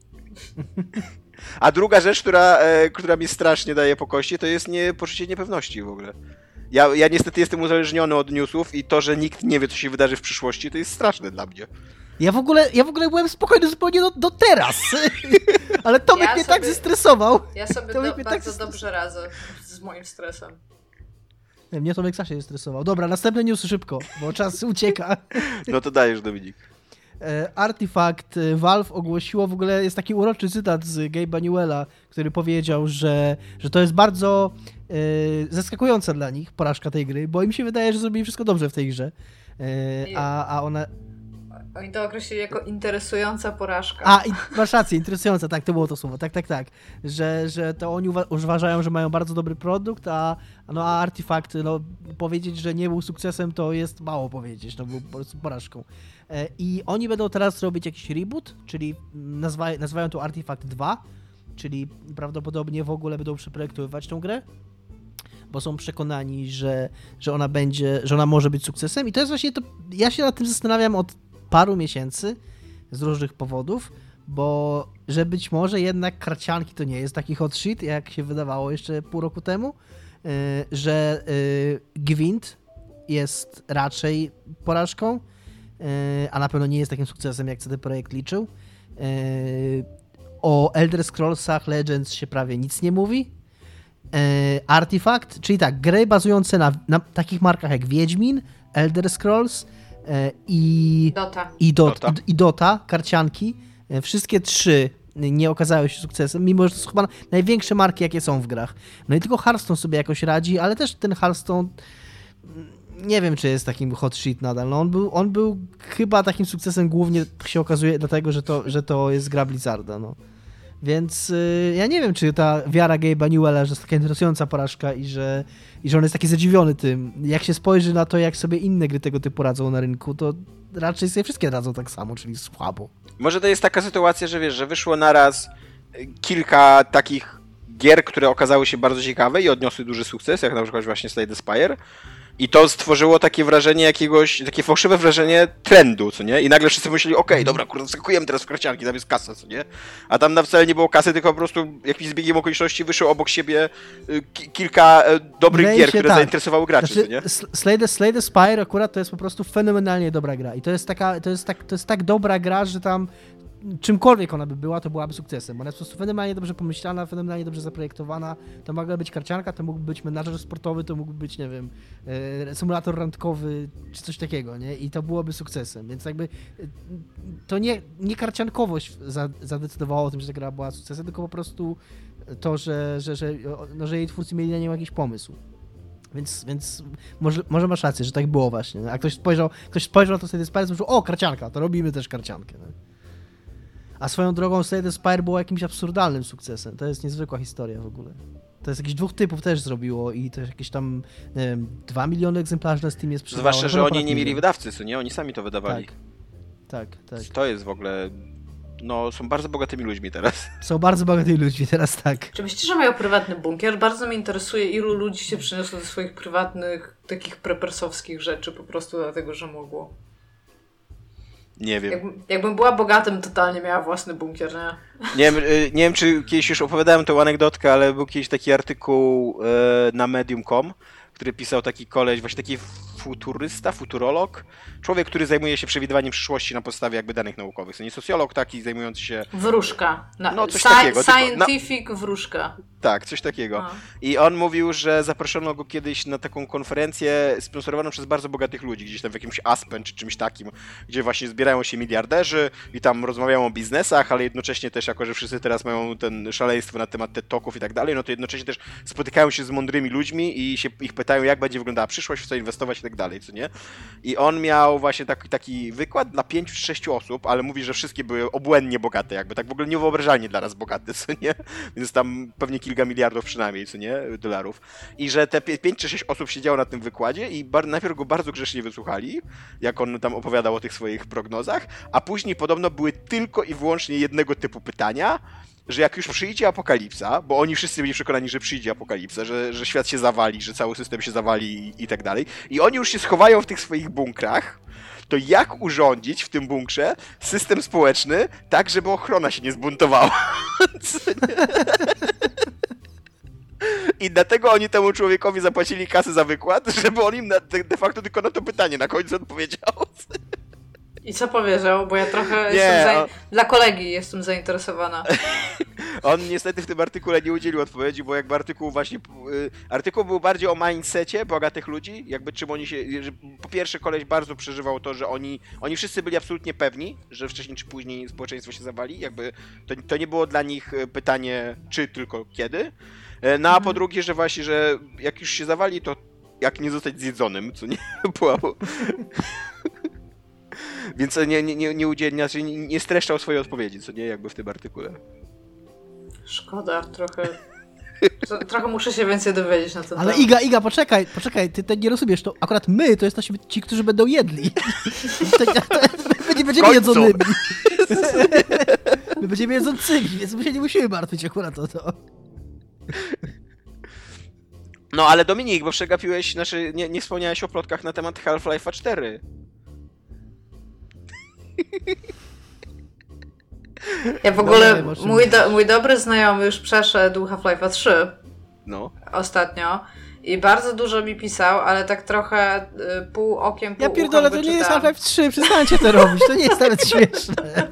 A druga rzecz, która mi strasznie daje po kości, to jest poczucie niepewności w ogóle. Ja niestety jestem uzależniony od newsów i to, że nikt nie wie, co się wydarzy w przyszłości, to jest straszne dla mnie. Ja w ogóle byłem spokojny zupełnie do teraz. Ale Tomek mnie tak zestresował. Ja sobie bardzo dobrze radzę z moim stresem. Nie, mnie Tomek strasznie stresował. Dobra, następne newsy szybko, bo czas ucieka. No to dajesz, Dominik. Artifact Valve ogłosiło, w ogóle jest taki uroczy cytat z Gabe'a Newella, który powiedział, że to jest bardzo zaskakująca dla nich porażka tej gry, bo im się wydaje, że zrobili wszystko dobrze w tej grze. A ona... Oni to określili jako interesująca porażka. Masz rację, interesująca, tak, to było to słowo, tak. Że to oni uważają, że mają bardzo dobry produkt, a Artifact, powiedzieć, że nie był sukcesem, to jest mało powiedzieć, był po prostu porażką. I oni będą teraz robić jakiś reboot, czyli nazywają to Artifact 2, czyli prawdopodobnie w ogóle będą przeprojektowywać tą grę, bo są przekonani, że ona może być sukcesem i to jest właśnie to, ja się nad tym zastanawiam od paru miesięcy z różnych powodów, bo że być może jednak karcianki to nie jest taki hot shit, jak się wydawało jeszcze pół roku temu, że Gwint jest raczej porażką, a na pewno nie jest takim sukcesem, jak CD Projekt liczył. O Elder Scrollsach Legends się prawie nic nie mówi. Artifact, czyli tak, gry bazujące na takich markach jak Wiedźmin, Elder Scrolls i Dota, karcianki, wszystkie trzy nie okazały się sukcesem, mimo że to są chyba największe marki, jakie są w grach. No i tylko Hearthstone sobie jakoś radzi, ale też ten Hearthstone nie wiem, czy jest takim hot shit nadal. No on był chyba takim sukcesem głównie się okazuje dlatego, że to jest gra Blizzarda, no. Więc ja nie wiem, czy ta wiara Gabe'a Newella, że jest taka interesująca porażka i że on jest taki zadziwiony tym. Jak się spojrzy na to, jak sobie inne gry tego typu radzą na rynku, to raczej sobie wszystkie radzą tak samo, czyli słabo. Może to jest taka sytuacja, że wiesz, że wyszło naraz kilka takich gier, które okazały się bardzo ciekawe i odniosły duży sukces, jak na przykład właśnie Slay the Spire. I to stworzyło takie wrażenie takie fałszywe wrażenie trendu, co nie? I nagle wszyscy myśleli, okej, dobra, kurde, skakujemy teraz w karcianki, tam jest kasa, co nie? A tam wcale nie było kasy, tylko po prostu jakimś zbiegiem okoliczności wyszło obok siebie kilka dobrych gier, które zainteresowały graczy, co nie? Slay the Spire akurat to jest po prostu fenomenalnie dobra gra. I to jest tak dobra gra, że tam czymkolwiek ona by była, to byłaby sukcesem. Ona jest po prostu fenomenalnie dobrze pomyślana, fenomenalnie dobrze zaprojektowana. To mogła być karcianka, to mógłby być menadżer sportowy, to mógłby być, nie wiem, symulator randkowy, czy coś takiego, nie? I to byłoby sukcesem. Więc jakby to nie karciankowość zadecydowała o tym, że ta gra była sukcesem, tylko po prostu to, że jej twórcy mieli na nią jakiś pomysł. Więc może masz rację, że tak było właśnie. A ktoś spojrzał na to sobie spajał i powiedział, o, karcianka, to robimy też karciankę. Nie? A swoją drogą Slay the Spire było jakimś absurdalnym sukcesem. To jest niezwykła historia w ogóle. To jest jakichś 2 typów też zrobiło i to jakieś tam, nie wiem, 2 miliony egzemplarzy na Steamie sprzedało. Zwłaszcza, że oni nie mieli wydawcy, co nie? Oni sami to wydawali. Tak. To jest w ogóle... No, są bardzo bogatymi ludźmi teraz. Są bardzo bogatymi ludźmi teraz, tak. Czy myślicie, że mają prywatny bunkier? Bardzo mnie interesuje, ilu ludzi się przyniosło do swoich prywatnych, takich prepersowskich rzeczy po prostu dlatego, że mogło. Nie wiem. Jakbym była bogatym, totalnie miała własny bunkier, nie? Nie wiem, czy kiedyś już opowiadałem tę anegdotkę, ale był kiedyś taki artykuł na medium.com, który pisał taki koleś, właśnie taki futurolog, człowiek, który zajmuje się przewidywaniem przyszłości na podstawie jakby danych naukowych. To nie socjolog taki zajmujący się... Wróżka. No coś takiego. Scientific wróżka. Tak, coś takiego. I on mówił, że zaproszono go kiedyś na taką konferencję sponsorowaną przez bardzo bogatych ludzi, gdzieś tam w jakimś Aspen czy czymś takim, gdzie właśnie zbierają się miliarderzy i tam rozmawiają o biznesach, ale jednocześnie też, jako że wszyscy teraz mają ten szaleństwo na temat TED Talków i tak dalej, no to jednocześnie też spotykają się z mądrymi ludźmi i się ich pytają, jak będzie wyglądała przyszłość, w co inwestować i tak dalej, co nie? I on miał właśnie taki wykład dla 5 czy 6 osób, ale mówi, że wszystkie były obłędnie bogate, jakby tak w ogóle niewyobrażalnie dla nas bogate, co nie? Więc tam pewnie kilka miliardów przynajmniej, co nie? Dolarów. I że te 5 czy 6 osób siedziało na tym wykładzie i najpierw go bardzo grzecznie wysłuchali, jak on tam opowiadał o tych swoich prognozach, a później podobno były tylko i wyłącznie jednego typu pytania, że jak już przyjdzie apokalipsa, bo oni wszyscy byli przekonani, że przyjdzie apokalipsa, że świat się zawali, że cały system się zawali i tak dalej, i oni już się schowają w tych swoich bunkrach, to jak urządzić w tym bunkrze system społeczny tak, żeby ochrona się nie zbuntowała? I dlatego oni temu człowiekowi zapłacili kasę za wykład, żeby on im de facto tylko na to pytanie na końcu odpowiedział. I co powiedział? Bo ja trochę dla kolegi jestem zainteresowana. On niestety w tym artykule nie udzielił odpowiedzi, bo jakby artykuł był bardziej o mindsetie bogatych ludzi, jakby czym oni się, że po pierwsze koleś bardzo przeżywał to, że oni wszyscy byli absolutnie pewni, że wcześniej czy później społeczeństwo się zawali, jakby to nie było dla nich pytanie czy, tylko kiedy. No a po drugie, że właśnie, że jak już się zawali, to jak nie zostać zjedzonym, co nie było. Więc nie streszczał swojej odpowiedzi, co nie, jakby w tym artykule. Szkoda, trochę muszę się więcej dowiedzieć na ten temat. Ale Iga, poczekaj, ty nie rozumiesz, to akurat my to jesteśmy ci, którzy będą jedli. My nie będziemy jedzonymi. My będziemy jedzącymi, więc my się nie musimy martwić akurat o to. No ale Dominik, bo przegapiłeś, nie wspomniałeś o plotkach na temat Half-Life'a 4. Ja w ogóle, mój dobry znajomy już przeszedł Half-Life'a 3 ostatnio i bardzo dużo mi pisał, ale tak trochę pół okiem, pół Ja pierdolę, to nie jest Half-Life 3, przestańcie to robić, to nie jest nawet śmieszne.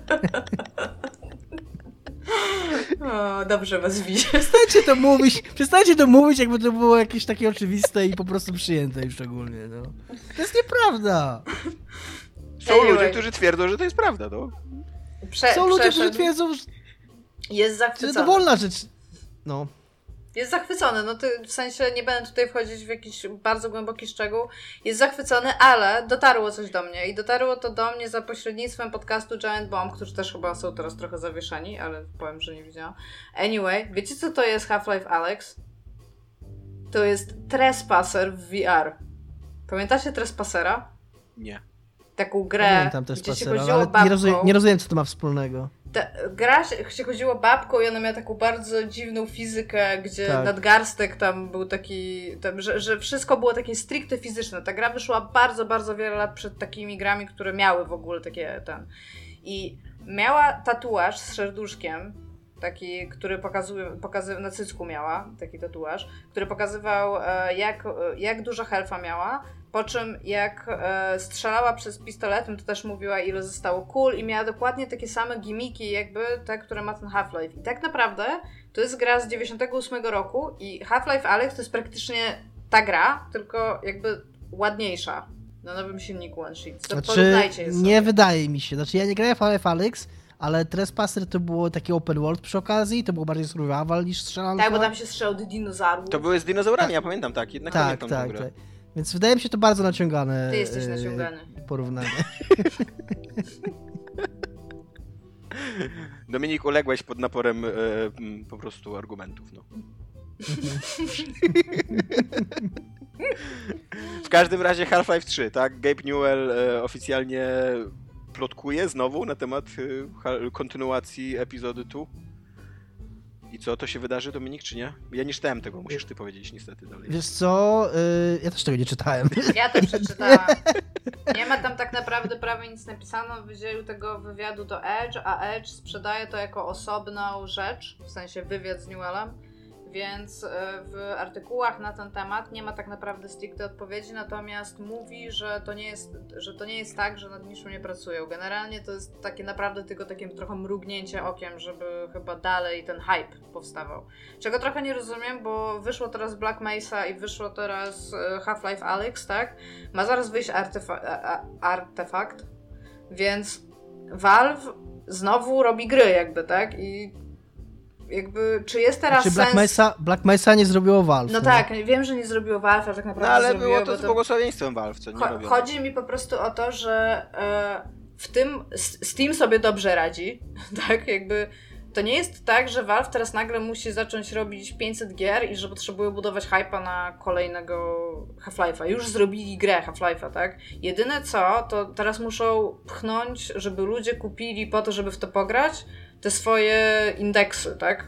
O, dobrze was widzę. Przestańcie to mówić, jakby to było jakieś takie oczywiste i po prostu przyjęte już szczególnie, no. To jest nieprawda. Są ludzie, którzy twierdzą, że to jest prawda, no. Są ludzie, którzy twierdzą, że jest zachwycony. To dowolna rzecz. No. Jest zachwycony, no to w sensie nie będę tutaj wchodzić w jakiś bardzo głęboki szczegół. Jest zachwycony, ale dotarło coś do mnie i dotarło to do mnie za pośrednictwem podcastu Giant Bomb, którzy też chyba są teraz trochę zawieszeni, ale powiem, że nie widziałam. Anyway, wiecie co to jest Half-Life Alyx? To jest Trespasser w VR. Pamiętacie Trespassera? Nie. Taką grę, Pamiętam gdzie się chodziło ale babką. nie rozumiem, co to ma wspólnego. Gra się chodziło babką i ona miała taką bardzo dziwną fizykę, gdzie nadgarstek tam był taki, że wszystko było takie stricte fizyczne. Ta gra wyszła bardzo, bardzo wiele lat przed takimi grami, które miały w ogóle takie I miała tatuaż z serduszkiem, taki, który pokazywał, na cycku miała taki tatuaż, który pokazywał jak dużo health'a miała. Po czym jak strzelała przez pistoletem, to też mówiła, ile zostało kul i miała dokładnie takie same gimmiki jakby te, które ma ten Half-Life. I tak naprawdę to jest gra z 98 roku i Half-Life Alyx to jest praktycznie ta gra, tylko jakby ładniejsza. Na nowym silniku One Sheet. To porównajcie je sobie. Nie wydaje mi się. Znaczy ja nie grałem w Half-Life Alyx, ale Trespasser to było taki open world przy okazji, to było bardziej survival niż strzelanka. Tak, bo tam się strzelał do dinozaurów. To były z dinozaurami, ja pamiętam, tak. Jednak pamiętam tę grę. Tak. Więc wydaje mi się to bardzo naciągane. Ty jesteś naciągany. Porównanie. Dominik, uległeś pod naporem po prostu argumentów, no. W każdym razie Half-Life 3, tak? Gabe Newell oficjalnie plotkuje znowu na temat kontynuacji epizody 2. I co, to się wydarzy, Dominik, czy nie? Ja nie czytałem tego, musisz ty powiedzieć niestety dalej. Wiesz co, ja też tego nie czytałem. Ja to przeczytałam. Nie ma tam tak naprawdę prawie nic napisane, wzięli tego wywiadu do Edge, a Edge sprzedaje to jako osobną rzecz, w sensie wywiad z Newellem, więc w artykułach na ten temat nie ma tak naprawdę stricte odpowiedzi, natomiast mówi, że to nie jest tak, że nad niczym nie pracują. Generalnie to jest takie naprawdę tylko takie trochę mrugnięcie okiem, żeby chyba dalej ten hype powstawał. Czego trochę nie rozumiem, bo wyszło teraz Black Mesa i wyszło teraz Half-Life Alyx, tak? Ma zaraz wyjść Artefakt, więc Valve znowu robi gry jakby, tak? I jakby, czy jest teraz sens... Black Mesa nie zrobiło Valve. No tak, wiem, że nie zrobiło Valve, ale tak naprawdę ale zrobiło, było to z błogosławieństwem Valve, co nie robiono. Chodzi mi po prostu o to, że w tym Steam sobie dobrze radzi, tak, jakby to nie jest tak, że Valve teraz nagle musi zacząć robić 500 gier i że potrzebują budować hype'a na kolejnego Half-Life'a. Już zrobili grę Half-Life'a, tak? Jedyne co, to teraz muszą pchnąć, żeby ludzie kupili po to, żeby w to pograć, te swoje indeksy, tak?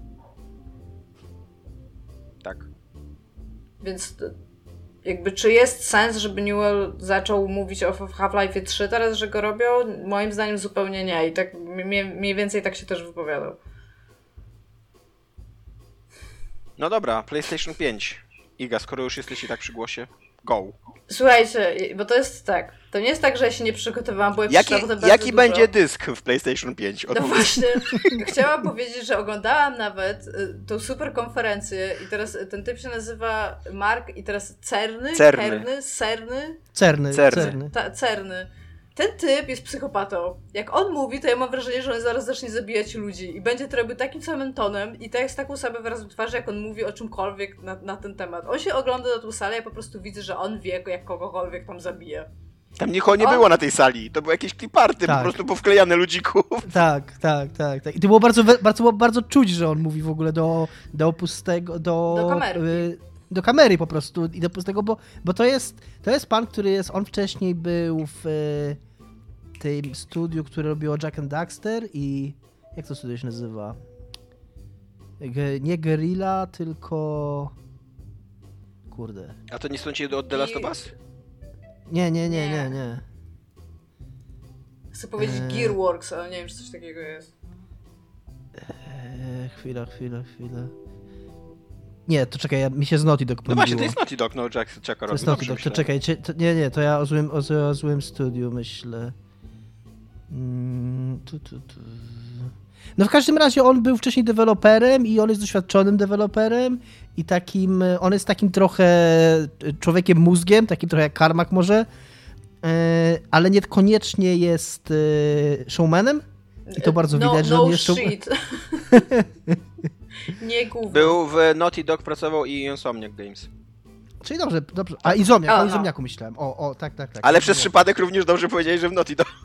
Tak. Więc jakby czy jest sens, żeby Newell zaczął mówić o Half-Life 3 teraz, że go robią? Moim zdaniem zupełnie nie. I tak mniej więcej tak się też wypowiadał. No dobra, PlayStation 5. Iga, skoro już jesteś i tak przy głosie, go. Słuchajcie, bo to jest tak. To nie jest tak, że ja się nie przygotowałam, bo ja przeczytałam o tym bardzo Jaki dużo. będzie dysk w PlayStation 5? No właśnie, chciałam powiedzieć, że oglądałam nawet tą super konferencję i teraz ten typ się nazywa Mark i teraz Cerny. Ten typ jest psychopatą. Jak on mówi, to ja mam wrażenie, że on zaraz zacznie zabijać ludzi i będzie to robił takim samym tonem i z taką samym wyrazem twarzy, jak on mówi o czymkolwiek na ten temat. On się ogląda na tą salę, ja po prostu widzę, że on wie, jak kogokolwiek tam zabije. Tam nikogo nie było na tej sali. To były jakieś kliparty, Tak. po prostu powklejane ludzików. Tak. I to było bardzo czuć, że on mówi w ogóle do pustego, Do kamery. Do kamery po prostu i do pustego, bo to jest pan, on wcześniej był w tym studiu, które robiło Jack and Daxter i jak to studio się nazywa? Nie Guerrilla, tylko kurde. A to nie są ci od The Last of Us? Nie. Chcę powiedzieć Gearworks, ale nie wiem, czy coś takiego jest. Chwila. Nie, to czekaj, mi się z Naughty Dog pomyliło. No właśnie, to jest Naughty Dog, no Jacka robi. To jest Naughty Dog, to czekaj, nie, to ja o złym studiu myślę. No w każdym razie on był wcześniej deweloperem i on jest doświadczonym deweloperem i on jest takim trochę człowiekiem mózgiem, takim trochę jak Carmack może, ale niekoniecznie jest showmanem i to bardzo widać, że on jest shit. Nie gówno. Był w Naughty Dog, pracował i Insomniac Games. Czyli dobrze. A o Insomniacu myślałem. Tak. Ale przez przypadek również dobrze powiedziałeś, że w Naughty Dog.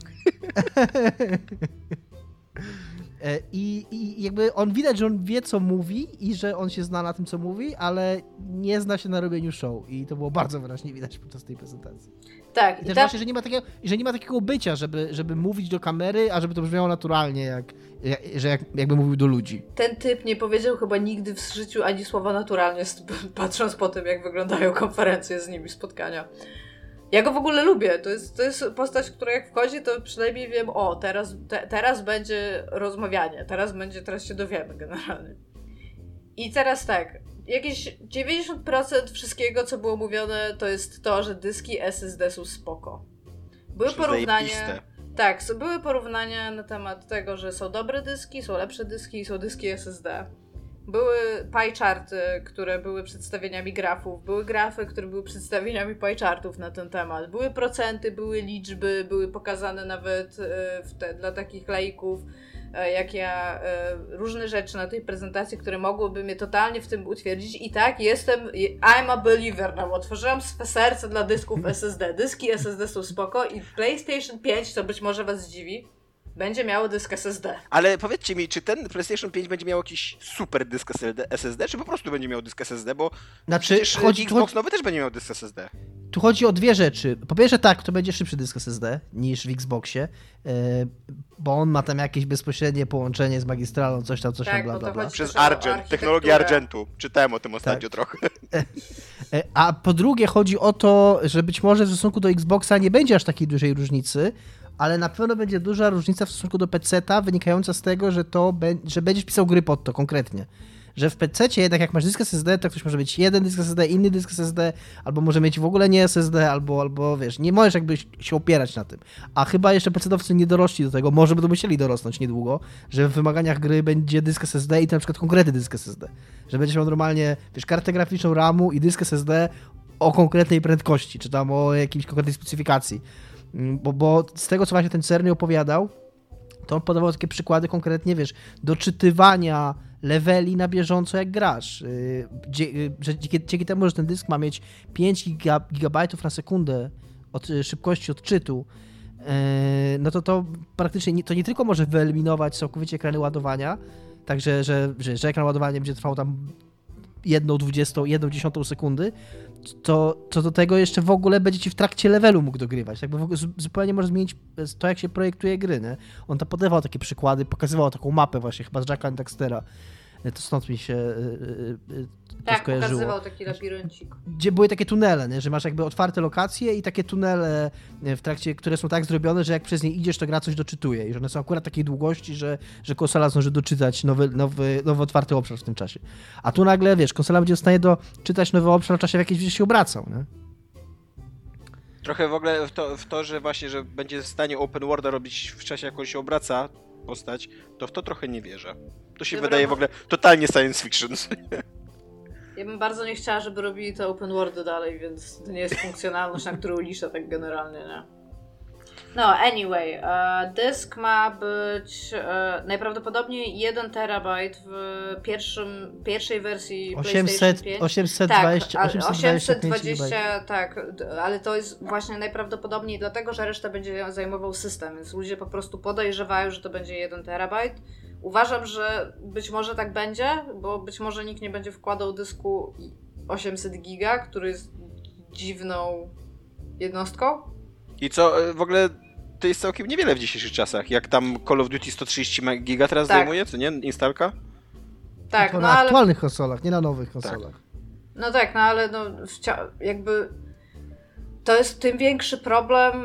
I jakby on widać, że on wie, co mówi i że on się zna na tym, co mówi, ale nie zna się na robieniu show. I to było bardzo wyraźnie widać podczas tej prezentacji. Tak. I też właśnie, że nie ma takiego bycia, żeby mówić do kamery, a żeby to brzmiało naturalnie, jakby mówił do ludzi. Ten typ nie powiedział chyba nigdy w życiu ani słowa naturalnie, patrząc po tym, jak wyglądają konferencje z nimi, spotkania. Ja go w ogóle lubię. To jest postać, która jak wchodzi, to przynajmniej wiem, teraz będzie rozmawianie, teraz się dowiemy generalnie. I teraz tak, jakieś 90% wszystkiego, co było mówione, to jest to, że dyski SSD są spoko. Były porównania. Tak, były porównania na temat tego, że są dobre dyski, są lepsze dyski i są dyski SSD. Były pie charty, które były przedstawieniami grafów, były grafy, które były przedstawieniami pie chartów na ten temat. Były procenty, były liczby, były pokazane nawet dla takich laików, jak ja, różne rzeczy na tej prezentacji, które mogłyby mnie totalnie w tym utwierdzić. I tak, I'm a believer now. Otworzyłam swe serce dla dysków SSD. Dyski SSD są spoko i PlayStation 5, co być może was zdziwi, będzie miało dysk SSD. Ale powiedzcie mi, czy ten PlayStation 5 będzie miał jakiś super dysk SSD, czy po prostu będzie miał dysk SSD, bo przecież Xbox nowy też będzie miał dysk SSD. Tu chodzi o dwie rzeczy. Po pierwsze tak, to będzie szybszy dysk SSD niż w Xboxie, bo on ma tam jakieś bezpośrednie połączenie z magistralą, coś tam, bla, bla, bla. Przez Argent, technologię Argentu. Czytałem o tym ostatnio trochę. A po drugie chodzi o to, że być może w stosunku do Xboxa nie będzie aż takiej dużej różnicy, ale na pewno będzie duża różnica w stosunku do PC-ta, wynikająca z tego, że będziesz pisał gry pod to konkretnie. Że w PC-cie jednak jak masz dysk SSD, to ktoś może mieć jeden dysk SSD, inny dysk SSD, albo może mieć w ogóle nie SSD, albo wiesz, nie możesz jakby się opierać na tym. A chyba jeszcze PC-towcy nie dorośli do tego, może będą musieli dorosnąć niedługo, że w wymaganiach gry będzie dysk SSD i to na przykład konkretny dysk SSD. Że będziesz miał normalnie, wiesz, kartę graficzną RAMu i dysk SSD o konkretnej prędkości, czy tam o jakiejś konkretnej specyfikacji. Bo z tego, co właśnie ten Cerny opowiadał, to on podawał takie przykłady konkretnie, wiesz, doczytywania leveli na bieżąco jak grasz. Że dzięki temu, że ten dysk ma mieć 5 GB na sekundę od szybkości odczytu, no to praktycznie to nie tylko może wyeliminować całkowicie ekrany ładowania, także że ekran ładowania będzie trwał tam 1/20 sekundy, to do tego jeszcze w ogóle będzie ci w trakcie levelu mógł dogrywać. Tak, bo zupełnie może zmienić to, jak się projektuje gry. Nie? On tam podawał takie przykłady, pokazywał taką mapę właśnie chyba z Jacka and Daxtera, To stąd mi się to Tak, skojarzyło. pokazywał taki labiryncik. Gdzie były takie tunele, nie? Że masz jakby otwarte lokacje i takie tunele w trakcie, które są tak zrobione, że jak przez nie idziesz, to gra coś doczytuje i że one są akurat takiej długości, że konsola zdąży doczytać nowy otwarty obszar w tym czasie. A tu nagle, wiesz, konsola będzie w stanie doczytać nowy obszar w czasie, w jakim się obracał, nie? Trochę w ogóle w to, że właśnie, że będzie w stanie open worlda robić w czasie, jak on się obraca postać, to w to trochę nie wierzę. To się Dobra, wydaje w ogóle totalnie science fiction. Ja bym bardzo nie chciała, żeby robili te open worldy dalej, więc to nie jest funkcjonalność, na którą liczę tak generalnie, nie? No, anyway, dysk ma być najprawdopodobniej 1 terabajt w pierwszej wersji PlayStation 5. 820, tak, ale to jest właśnie najprawdopodobniej dlatego, że resztę będzie zajmował system, więc ludzie po prostu podejrzewają, że to będzie 1 terabajt. Uważam, że być może tak będzie, bo być może nikt nie będzie wkładał dysku 800 giga, który jest dziwną jednostką. I co, w ogóle to jest całkiem niewiele w dzisiejszych czasach, jak tam Call of Duty 130 giga teraz zajmuje, co nie? Instalka? Tak, to no na ale... aktualnych konsolach, nie na nowych konsolach. No tak, no ale no, jakby to jest tym większy problem.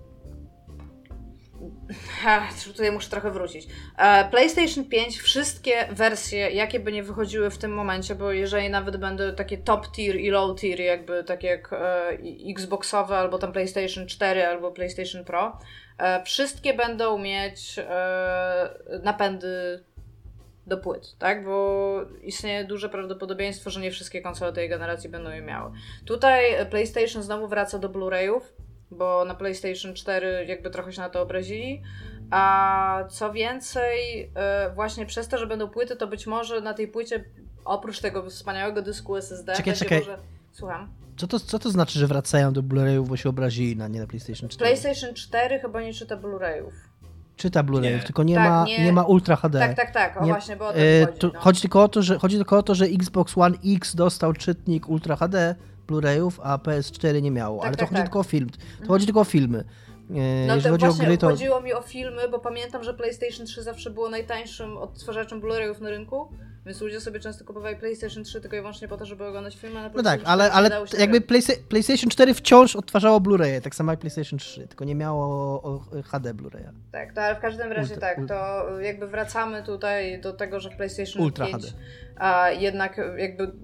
Tutaj muszę trochę wrócić. PlayStation 5, wszystkie wersje, jakie by nie wychodziły w tym momencie, bo jeżeli nawet będą takie top tier i low tier, jakby tak jak Xboxowe, albo tam PlayStation 4, albo PlayStation Pro, wszystkie będą mieć napędy do płyt, tak? Bo istnieje duże prawdopodobieństwo, że nie wszystkie konsole tej generacji będą je miały. Tutaj PlayStation znowu wraca do Blu-rayów, bo na PlayStation 4 jakby trochę się na to obrazili, a co więcej, właśnie przez to, że będą płyty, to być może na tej płycie oprócz tego wspaniałego dysku SSD Czekaj. może... Słucham? Co to znaczy, że wracają do Blu-rayów, bo się obrazili nie na PlayStation 4? PlayStation 4 chyba nie czyta Blu-rayów. Czyta Blu-rayów, tylko nie, Tak, nie ma Ultra HD. Tak, o nie, właśnie, bo o tym chodzi. No. Chodzi tylko o to, że Xbox One X dostał czytnik Ultra HD Blu-rayów, a PS4 nie miało. Tak, ale tak, to chodzi tak. tylko o film. To chodzi tylko o filmy. No Jeżeli to chodzi właśnie o gry, to... chodziło mi o filmy, bo pamiętam, że PlayStation 3 zawsze było najtańszym odtwarzaczem Blu-rayów na rynku, więc ludzie sobie często kupowali PlayStation 3 tylko i wyłącznie po to, żeby oglądać filmy, a na No tak, PlayStation 4 ale dało się jakby grać. PlayStation 4 wciąż odtwarzało Blu-raye, tak samo jak PlayStation 3, tylko nie miało HD Blu-raya. Tak, to ale w każdym razie to jakby wracamy tutaj do tego, że w PlayStation Ultra 5 HD. a jednak jakby...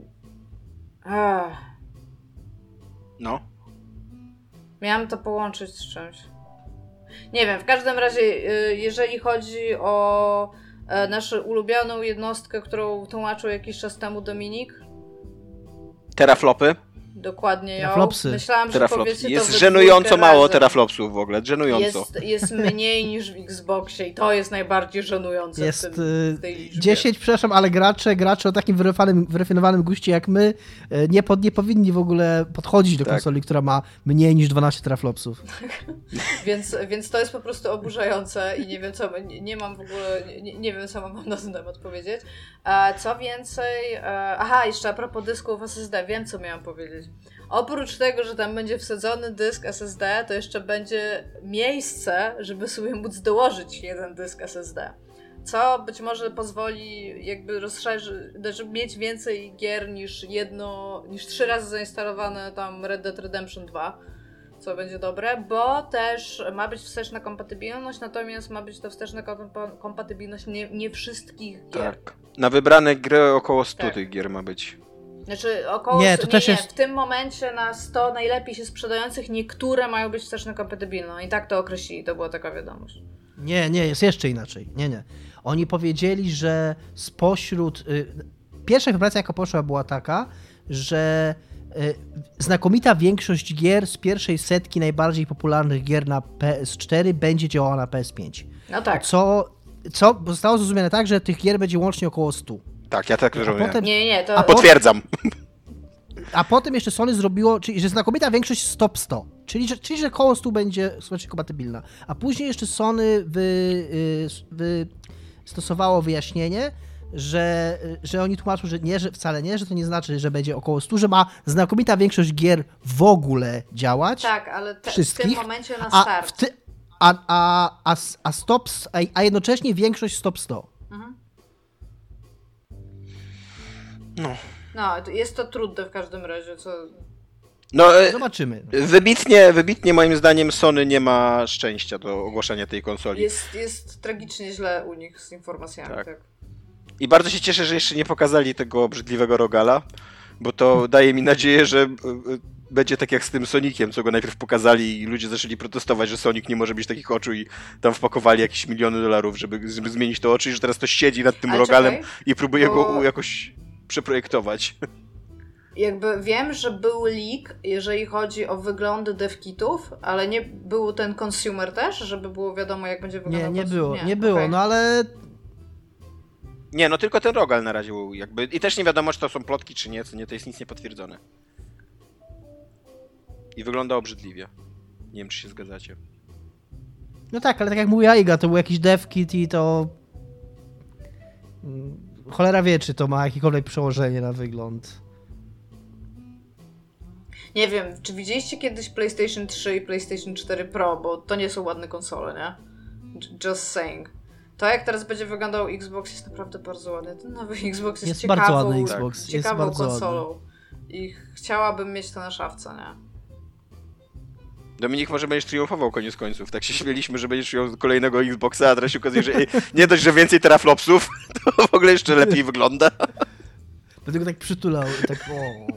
No. Miałam to połączyć z czymś. Nie wiem, w każdym razie, jeżeli chodzi o naszą ulubioną jednostkę, którą tłumaczył jakiś czas temu Dominik. Teraflopy? Dokładnie ją. Teraflopsy. Myślałam, że powiecie to Jest we żenująco dwójkę mało razem. teraflopsów w ogóle, żenująco. Jest mniej niż w Xboxie i to jest najbardziej żenujące Jest w tej liczbie. 10, przepraszam, ale gracze o takim wyrafinowanym guście jak my nie powinni w ogóle podchodzić do konsoli, która ma mniej niż 12 teraflopsów. Więc to jest po prostu oburzające i nie wiem co, nie mam w ogóle, nie wiem co mam na ten temat powiedzieć. Co więcej, jeszcze a propos dysków SSD, wiem co miałam powiedzieć. Oprócz tego, że tam będzie wsadzony dysk SSD, to jeszcze będzie miejsce, żeby sobie móc dołożyć jeden dysk SSD. Co być może pozwoli jakby rozszerzyć, żeby mieć więcej gier niż 3 razy zainstalowane tam Red Dead Redemption 2, co będzie dobre, bo też ma być wsteczna kompatybilność, natomiast ma być to wsteczna kompatybilność nie wszystkich gier. Tak. Na wybrane gry około 100 tych gier ma być. Znaczy około... Nie, to też jest... W tym momencie na 100 najlepiej się sprzedających niektóre mają być wsteczne kompatybilne. I tak to określili, to była taka wiadomość. Nie, jest jeszcze inaczej. Nie. Oni powiedzieli, że spośród... Pierwsza informacja, jaka poszła, była taka, że znakomita większość gier z pierwszej setki najbardziej popularnych gier na PS4 będzie działała na PS5. No tak. Co zostało zrozumiane tak, że tych gier będzie łącznie około 100. Tak, ja tak rozumiem. Potem... Nie, to... Potwierdzam. A potem jeszcze Sony zrobiło, czyli że znakomita większość z top 100. Czyli że około 100 będzie społecznie kompatybilna. A później jeszcze Sony stosowało wyjaśnienie, że oni tłumaczą, że wcale nie, że to nie znaczy, że będzie około 100, że ma znakomita większość gier w ogóle działać. Tak, ale w tym momencie na start. A jednocześnie większość z top 100. Mhm. No, jest to trudne w każdym razie, co... No, Zobaczymy. wybitnie moim zdaniem Sony nie ma szczęścia do ogłaszania tej konsoli. Jest tragicznie źle u nich z informacjami, Tak. tak. I bardzo się cieszę, że jeszcze nie pokazali tego obrzydliwego Rogala, bo to daje mi nadzieję, że będzie tak jak z tym Soniciem, co go najpierw pokazali i ludzie zaczęli protestować, że Sonic nie może mieć takich oczu i tam wpakowali jakieś miliony dolarów, żeby zmienić te oczy i że teraz to siedzi nad tym Ale Rogalem czekaj, i próbuje bo- go jakoś przeprojektować. Jakby wiem, że był leak, jeżeli chodzi o wyglądy devkitów, ale nie był ten consumer też, żeby było wiadomo, jak będzie wyglądał. Nie było, okej. no ale Nie, no tylko ten Rogal na razie był jakby... I też nie wiadomo, czy to są plotki, czy nie, co nie, to jest nic niepotwierdzone. I wygląda obrzydliwie. Nie wiem, czy się zgadzacie. no tak, ale tak jak mówiła Iga, to był jakiś devkit i to cholera wie, czy to ma jakiekolwiek przełożenie na wygląd. Nie wiem, czy widzieliście kiedyś PlayStation 3 i PlayStation 4 Pro, bo to nie są ładne konsole, nie? Just saying. To jak teraz będzie wyglądał Xbox jest naprawdę bardzo ładny. Ten nowy Xbox jest Jest bardzo ładny ciekawą, Xbox, jest ciekawą bardzo konsolą. I chciałabym mieć to na szafce, nie? Dominik, może będziesz triumfował koniec końców. Tak się śmieliśmy, że będziesz miał kolejnego Xboxa, a teraz się okazuje, że nie dość, że więcej teraflopsów, to w ogóle jeszcze lepiej wygląda. Będę go tak przytulał i tak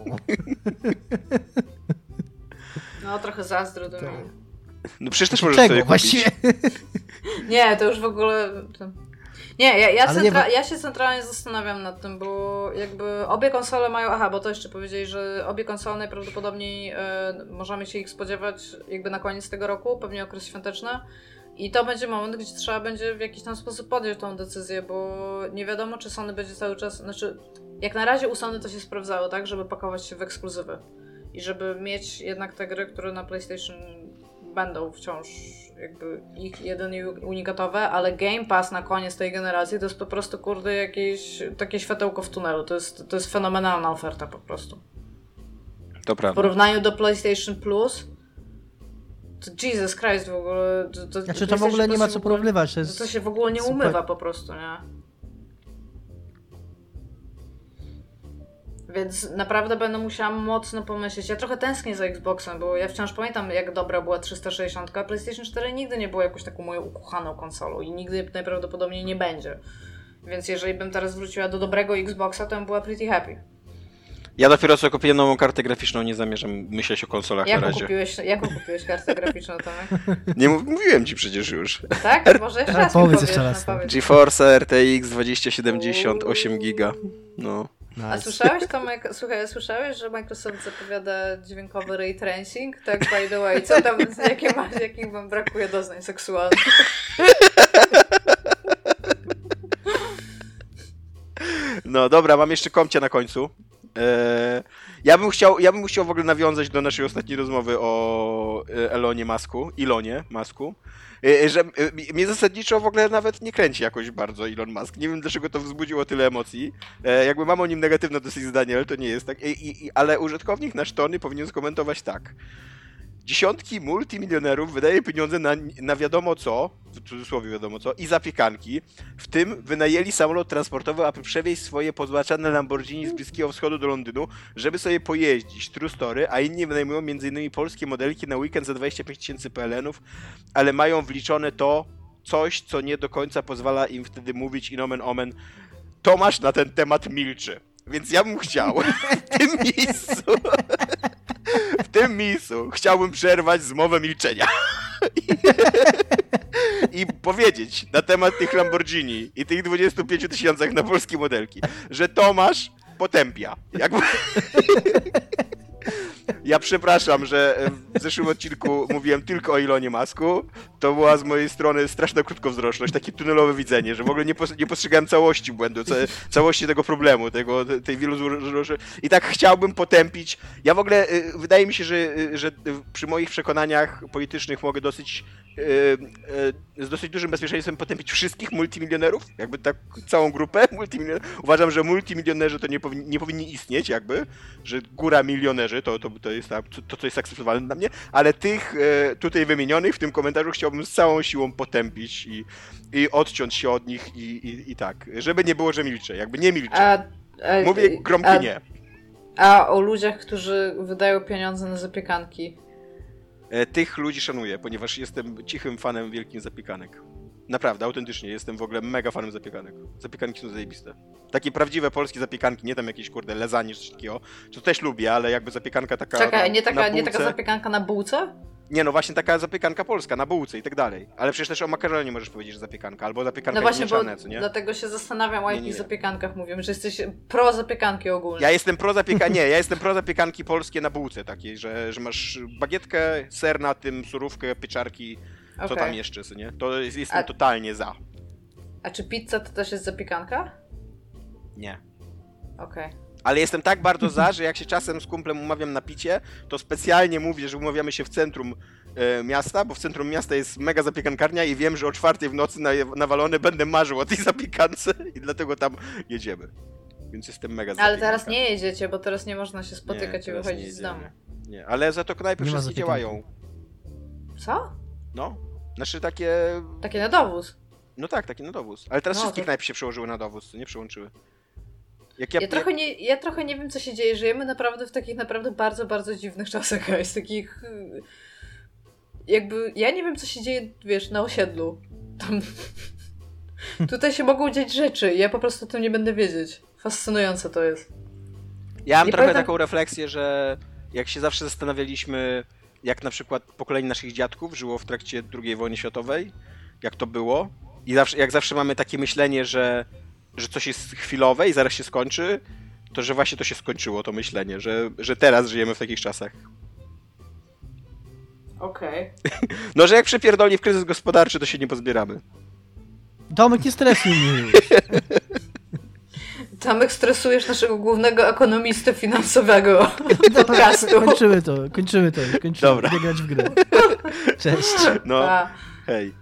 No, trochę zazdro do mnie. No przecież też możesz Czego sobie kupić. właściwie? Nie, to już w ogóle... Nie, Ale nie ja się centralnie zastanawiam nad tym, bo jakby obie konsole mają... Aha, bo to jeszcze powiedzieli, że obie konsole najprawdopodobniej możemy się ich spodziewać jakby na koniec tego roku, pewnie okres świąteczny. I to będzie moment, gdzie trzeba będzie w jakiś tam sposób podjąć tą decyzję, bo nie wiadomo, czy Sony będzie cały czas... Znaczy, jak na razie u Sony to się sprawdzało, tak, żeby pakować się w ekskluzywy. I żeby mieć jednak te gry, które na PlayStation będą wciąż jakby ich jeden i unikatowe, ale Game Pass na koniec tej generacji to jest po prostu, kurde, jakieś takie światełko w tunelu. To jest fenomenalna oferta po prostu. To W prawda. porównaniu do PlayStation Plus to Jesus Christ w ogóle... Znaczy to w ogóle nie ma co porównywać. To się w ogóle nie super. umywa po prostu, nie? Więc naprawdę będę musiała mocno pomyśleć. Ja trochę tęsknię za Xboxem, bo ja wciąż pamiętam, jak dobra była 360, a PlayStation 4 nigdy nie było jakąś taką moją ukochaną konsolą i nigdy najprawdopodobniej nie będzie. Więc jeżeli bym teraz wróciła do dobrego Xboxa, to bym była pretty happy. Ja dopiero co kupiłem nową kartę graficzną, nie zamierzam myśleć o konsolach na razie. Jaką kupiłeś kartę graficzną, Tomek? Nie mówiłem ci przecież już. Tak? Może jeszcze raz mi Powiedz powiesz, jeszcze raz. no powiedz. GeForce RTX 2070, 8 giga. No. A Nice. słyszałeś, Tomek, słuchaj, słyszałeś, że Microsoft zapowiada dźwiękowy ray tracing? Tak, by the way, co tam, jakich wam brakuje doznań seksualnych? No dobra, mam jeszcze komcia na końcu. Ja bym chciał w ogóle nawiązać do naszej ostatniej rozmowy o Elonie Musku, że mnie zasadniczo w ogóle nawet nie kręci jakoś bardzo Elon Musk. Nie wiem, dlaczego to wzbudziło tyle emocji. Jakby mam o nim negatywne dosyć zdanie, ale to nie jest tak. Ale użytkownik nasz Tony powinien skomentować tak. Dziesiątki multimilionerów wydaje pieniądze na wiadomo co, w cudzysłowie wiadomo co, i zapiekanki. W tym wynajęli samolot transportowy, aby przewieźć swoje pozłaczane Lamborghini z Bliskiego Wschodu do Londynu, żeby sobie pojeździć. True story, a inni wynajmują m.in. polskie modelki na weekend za 25 000 PLN-ów, ale mają wliczone to coś, co nie do końca pozwala im wtedy mówić i nomen omen. Tomasz na ten temat milczy. Więc ja bym chciał w tym miejscu chciałbym przerwać zmowę milczenia i powiedzieć na temat tych Lamborghini i tych 25 000 na polskie modelki, że Tomasz potępia. Jakby... Ja przepraszam, że w zeszłym odcinku mówiłem tylko o Elonie Musku. To była z mojej strony straszna krótkowzroczność, takie tunelowe widzenie, że w ogóle nie postrzegałem całości błędu, całości tego problemu, tej wielu I tak chciałbym potępić. Ja w ogóle, wydaje mi się, że przy moich przekonaniach politycznych mogę z dosyć dużym bezpieczeństwem potępić wszystkich multimilionerów, jakby tak całą grupę multimilionerów. Uważam, że multimilionerzy to nie powinni istnieć, jakby, że góra milionerzy to jest to, co jest akceptowalne dla mnie, ale tych tutaj wymienionych w tym komentarzu chciałbym z całą siłą potępić i odciąć się od nich i tak, żeby nie było, że milczę, jakby nie milczę. Mówię gromkie nie. A o ludziach, którzy wydają pieniądze na zapiekanki. Tych ludzi szanuję, ponieważ jestem cichym fanem wielkim zapiekanek. Naprawdę, autentycznie, jestem w ogóle mega fanem zapiekanek. Zapiekanki są zajebiste. Takie prawdziwe polskie zapiekanki, nie tam jakieś kurde lasagne czy coś takiego, co też lubię, ale jakby zapiekanka taka Czekaj, nie na taka zapiekanka na bułce? Nie, no właśnie taka zapiekanka polska, na bułce i tak dalej. Ale przecież też o makaronie możesz powiedzieć, że zapiekanka, albo zapiekanka No właśnie, mieszane, bo co nie? dlatego się zastanawiam o Nie, jakich nie. zapiekankach mówimy, że jesteś pro zapiekanki ogólnie. Ja jestem pro zapiekanki polskie na bułce takiej, że masz bagietkę, ser na tym, surówkę, pieczarki, co Okej. tam jeszcze, co nie? To jestem totalnie za. A czy pizza to też jest zapiekanka? Nie. Okej. Ale jestem tak bardzo za, że jak się czasem z kumplem umawiam na picie, to specjalnie mówię, że umawiamy się w centrum miasta, bo w centrum miasta jest mega zapiekankarnia i wiem, że o 4 w nocy nawalony będę marzył o tej zapiekance i dlatego tam jedziemy. Więc jestem mega za Ale teraz zapiekanką. nie jedziecie, bo teraz nie można się spotykać i teraz wychodzić nie z domu. jedziemy. Nie, ale za to knajpy Nie ma wszystkie zapiekanki. działają. Co? No. Znaczy takie... Takie na dowóz. No tak, taki na dowóz. Ale teraz No, wszystkie to- knajpy się przełożyły na dowóz, co nie przełączyły. Ja trochę nie wiem, co się dzieje. Żyjemy naprawdę w takich naprawdę bardzo, bardzo dziwnych czasach, guys. Takich... Jakby... Ja nie wiem, co się dzieje, wiesz, na osiedlu. Tam... Tutaj się mogą dziać rzeczy i ja po prostu o tym nie będę wiedzieć. Fascynujące to jest. Ja mam Nie trochę pamiętam- taką refleksję, że jak się zawsze zastanawialiśmy, jak na przykład pokolenie naszych dziadków żyło w trakcie II wojny światowej, jak to było, i jak zawsze mamy takie myślenie, że coś jest chwilowe i zaraz się skończy, to że właśnie to się skończyło, to myślenie, że teraz żyjemy w takich czasach. Okej. No, że jak przepierdolnie w kryzys gospodarczy, to się nie pozbieramy. Tomek, nie stresuj mnie już. Tomek, stresujesz naszego głównego ekonomistę finansowego podcastu. Kończymy to, kończymy. Dobra. Idę grać w grę. Cześć. No, A. hej.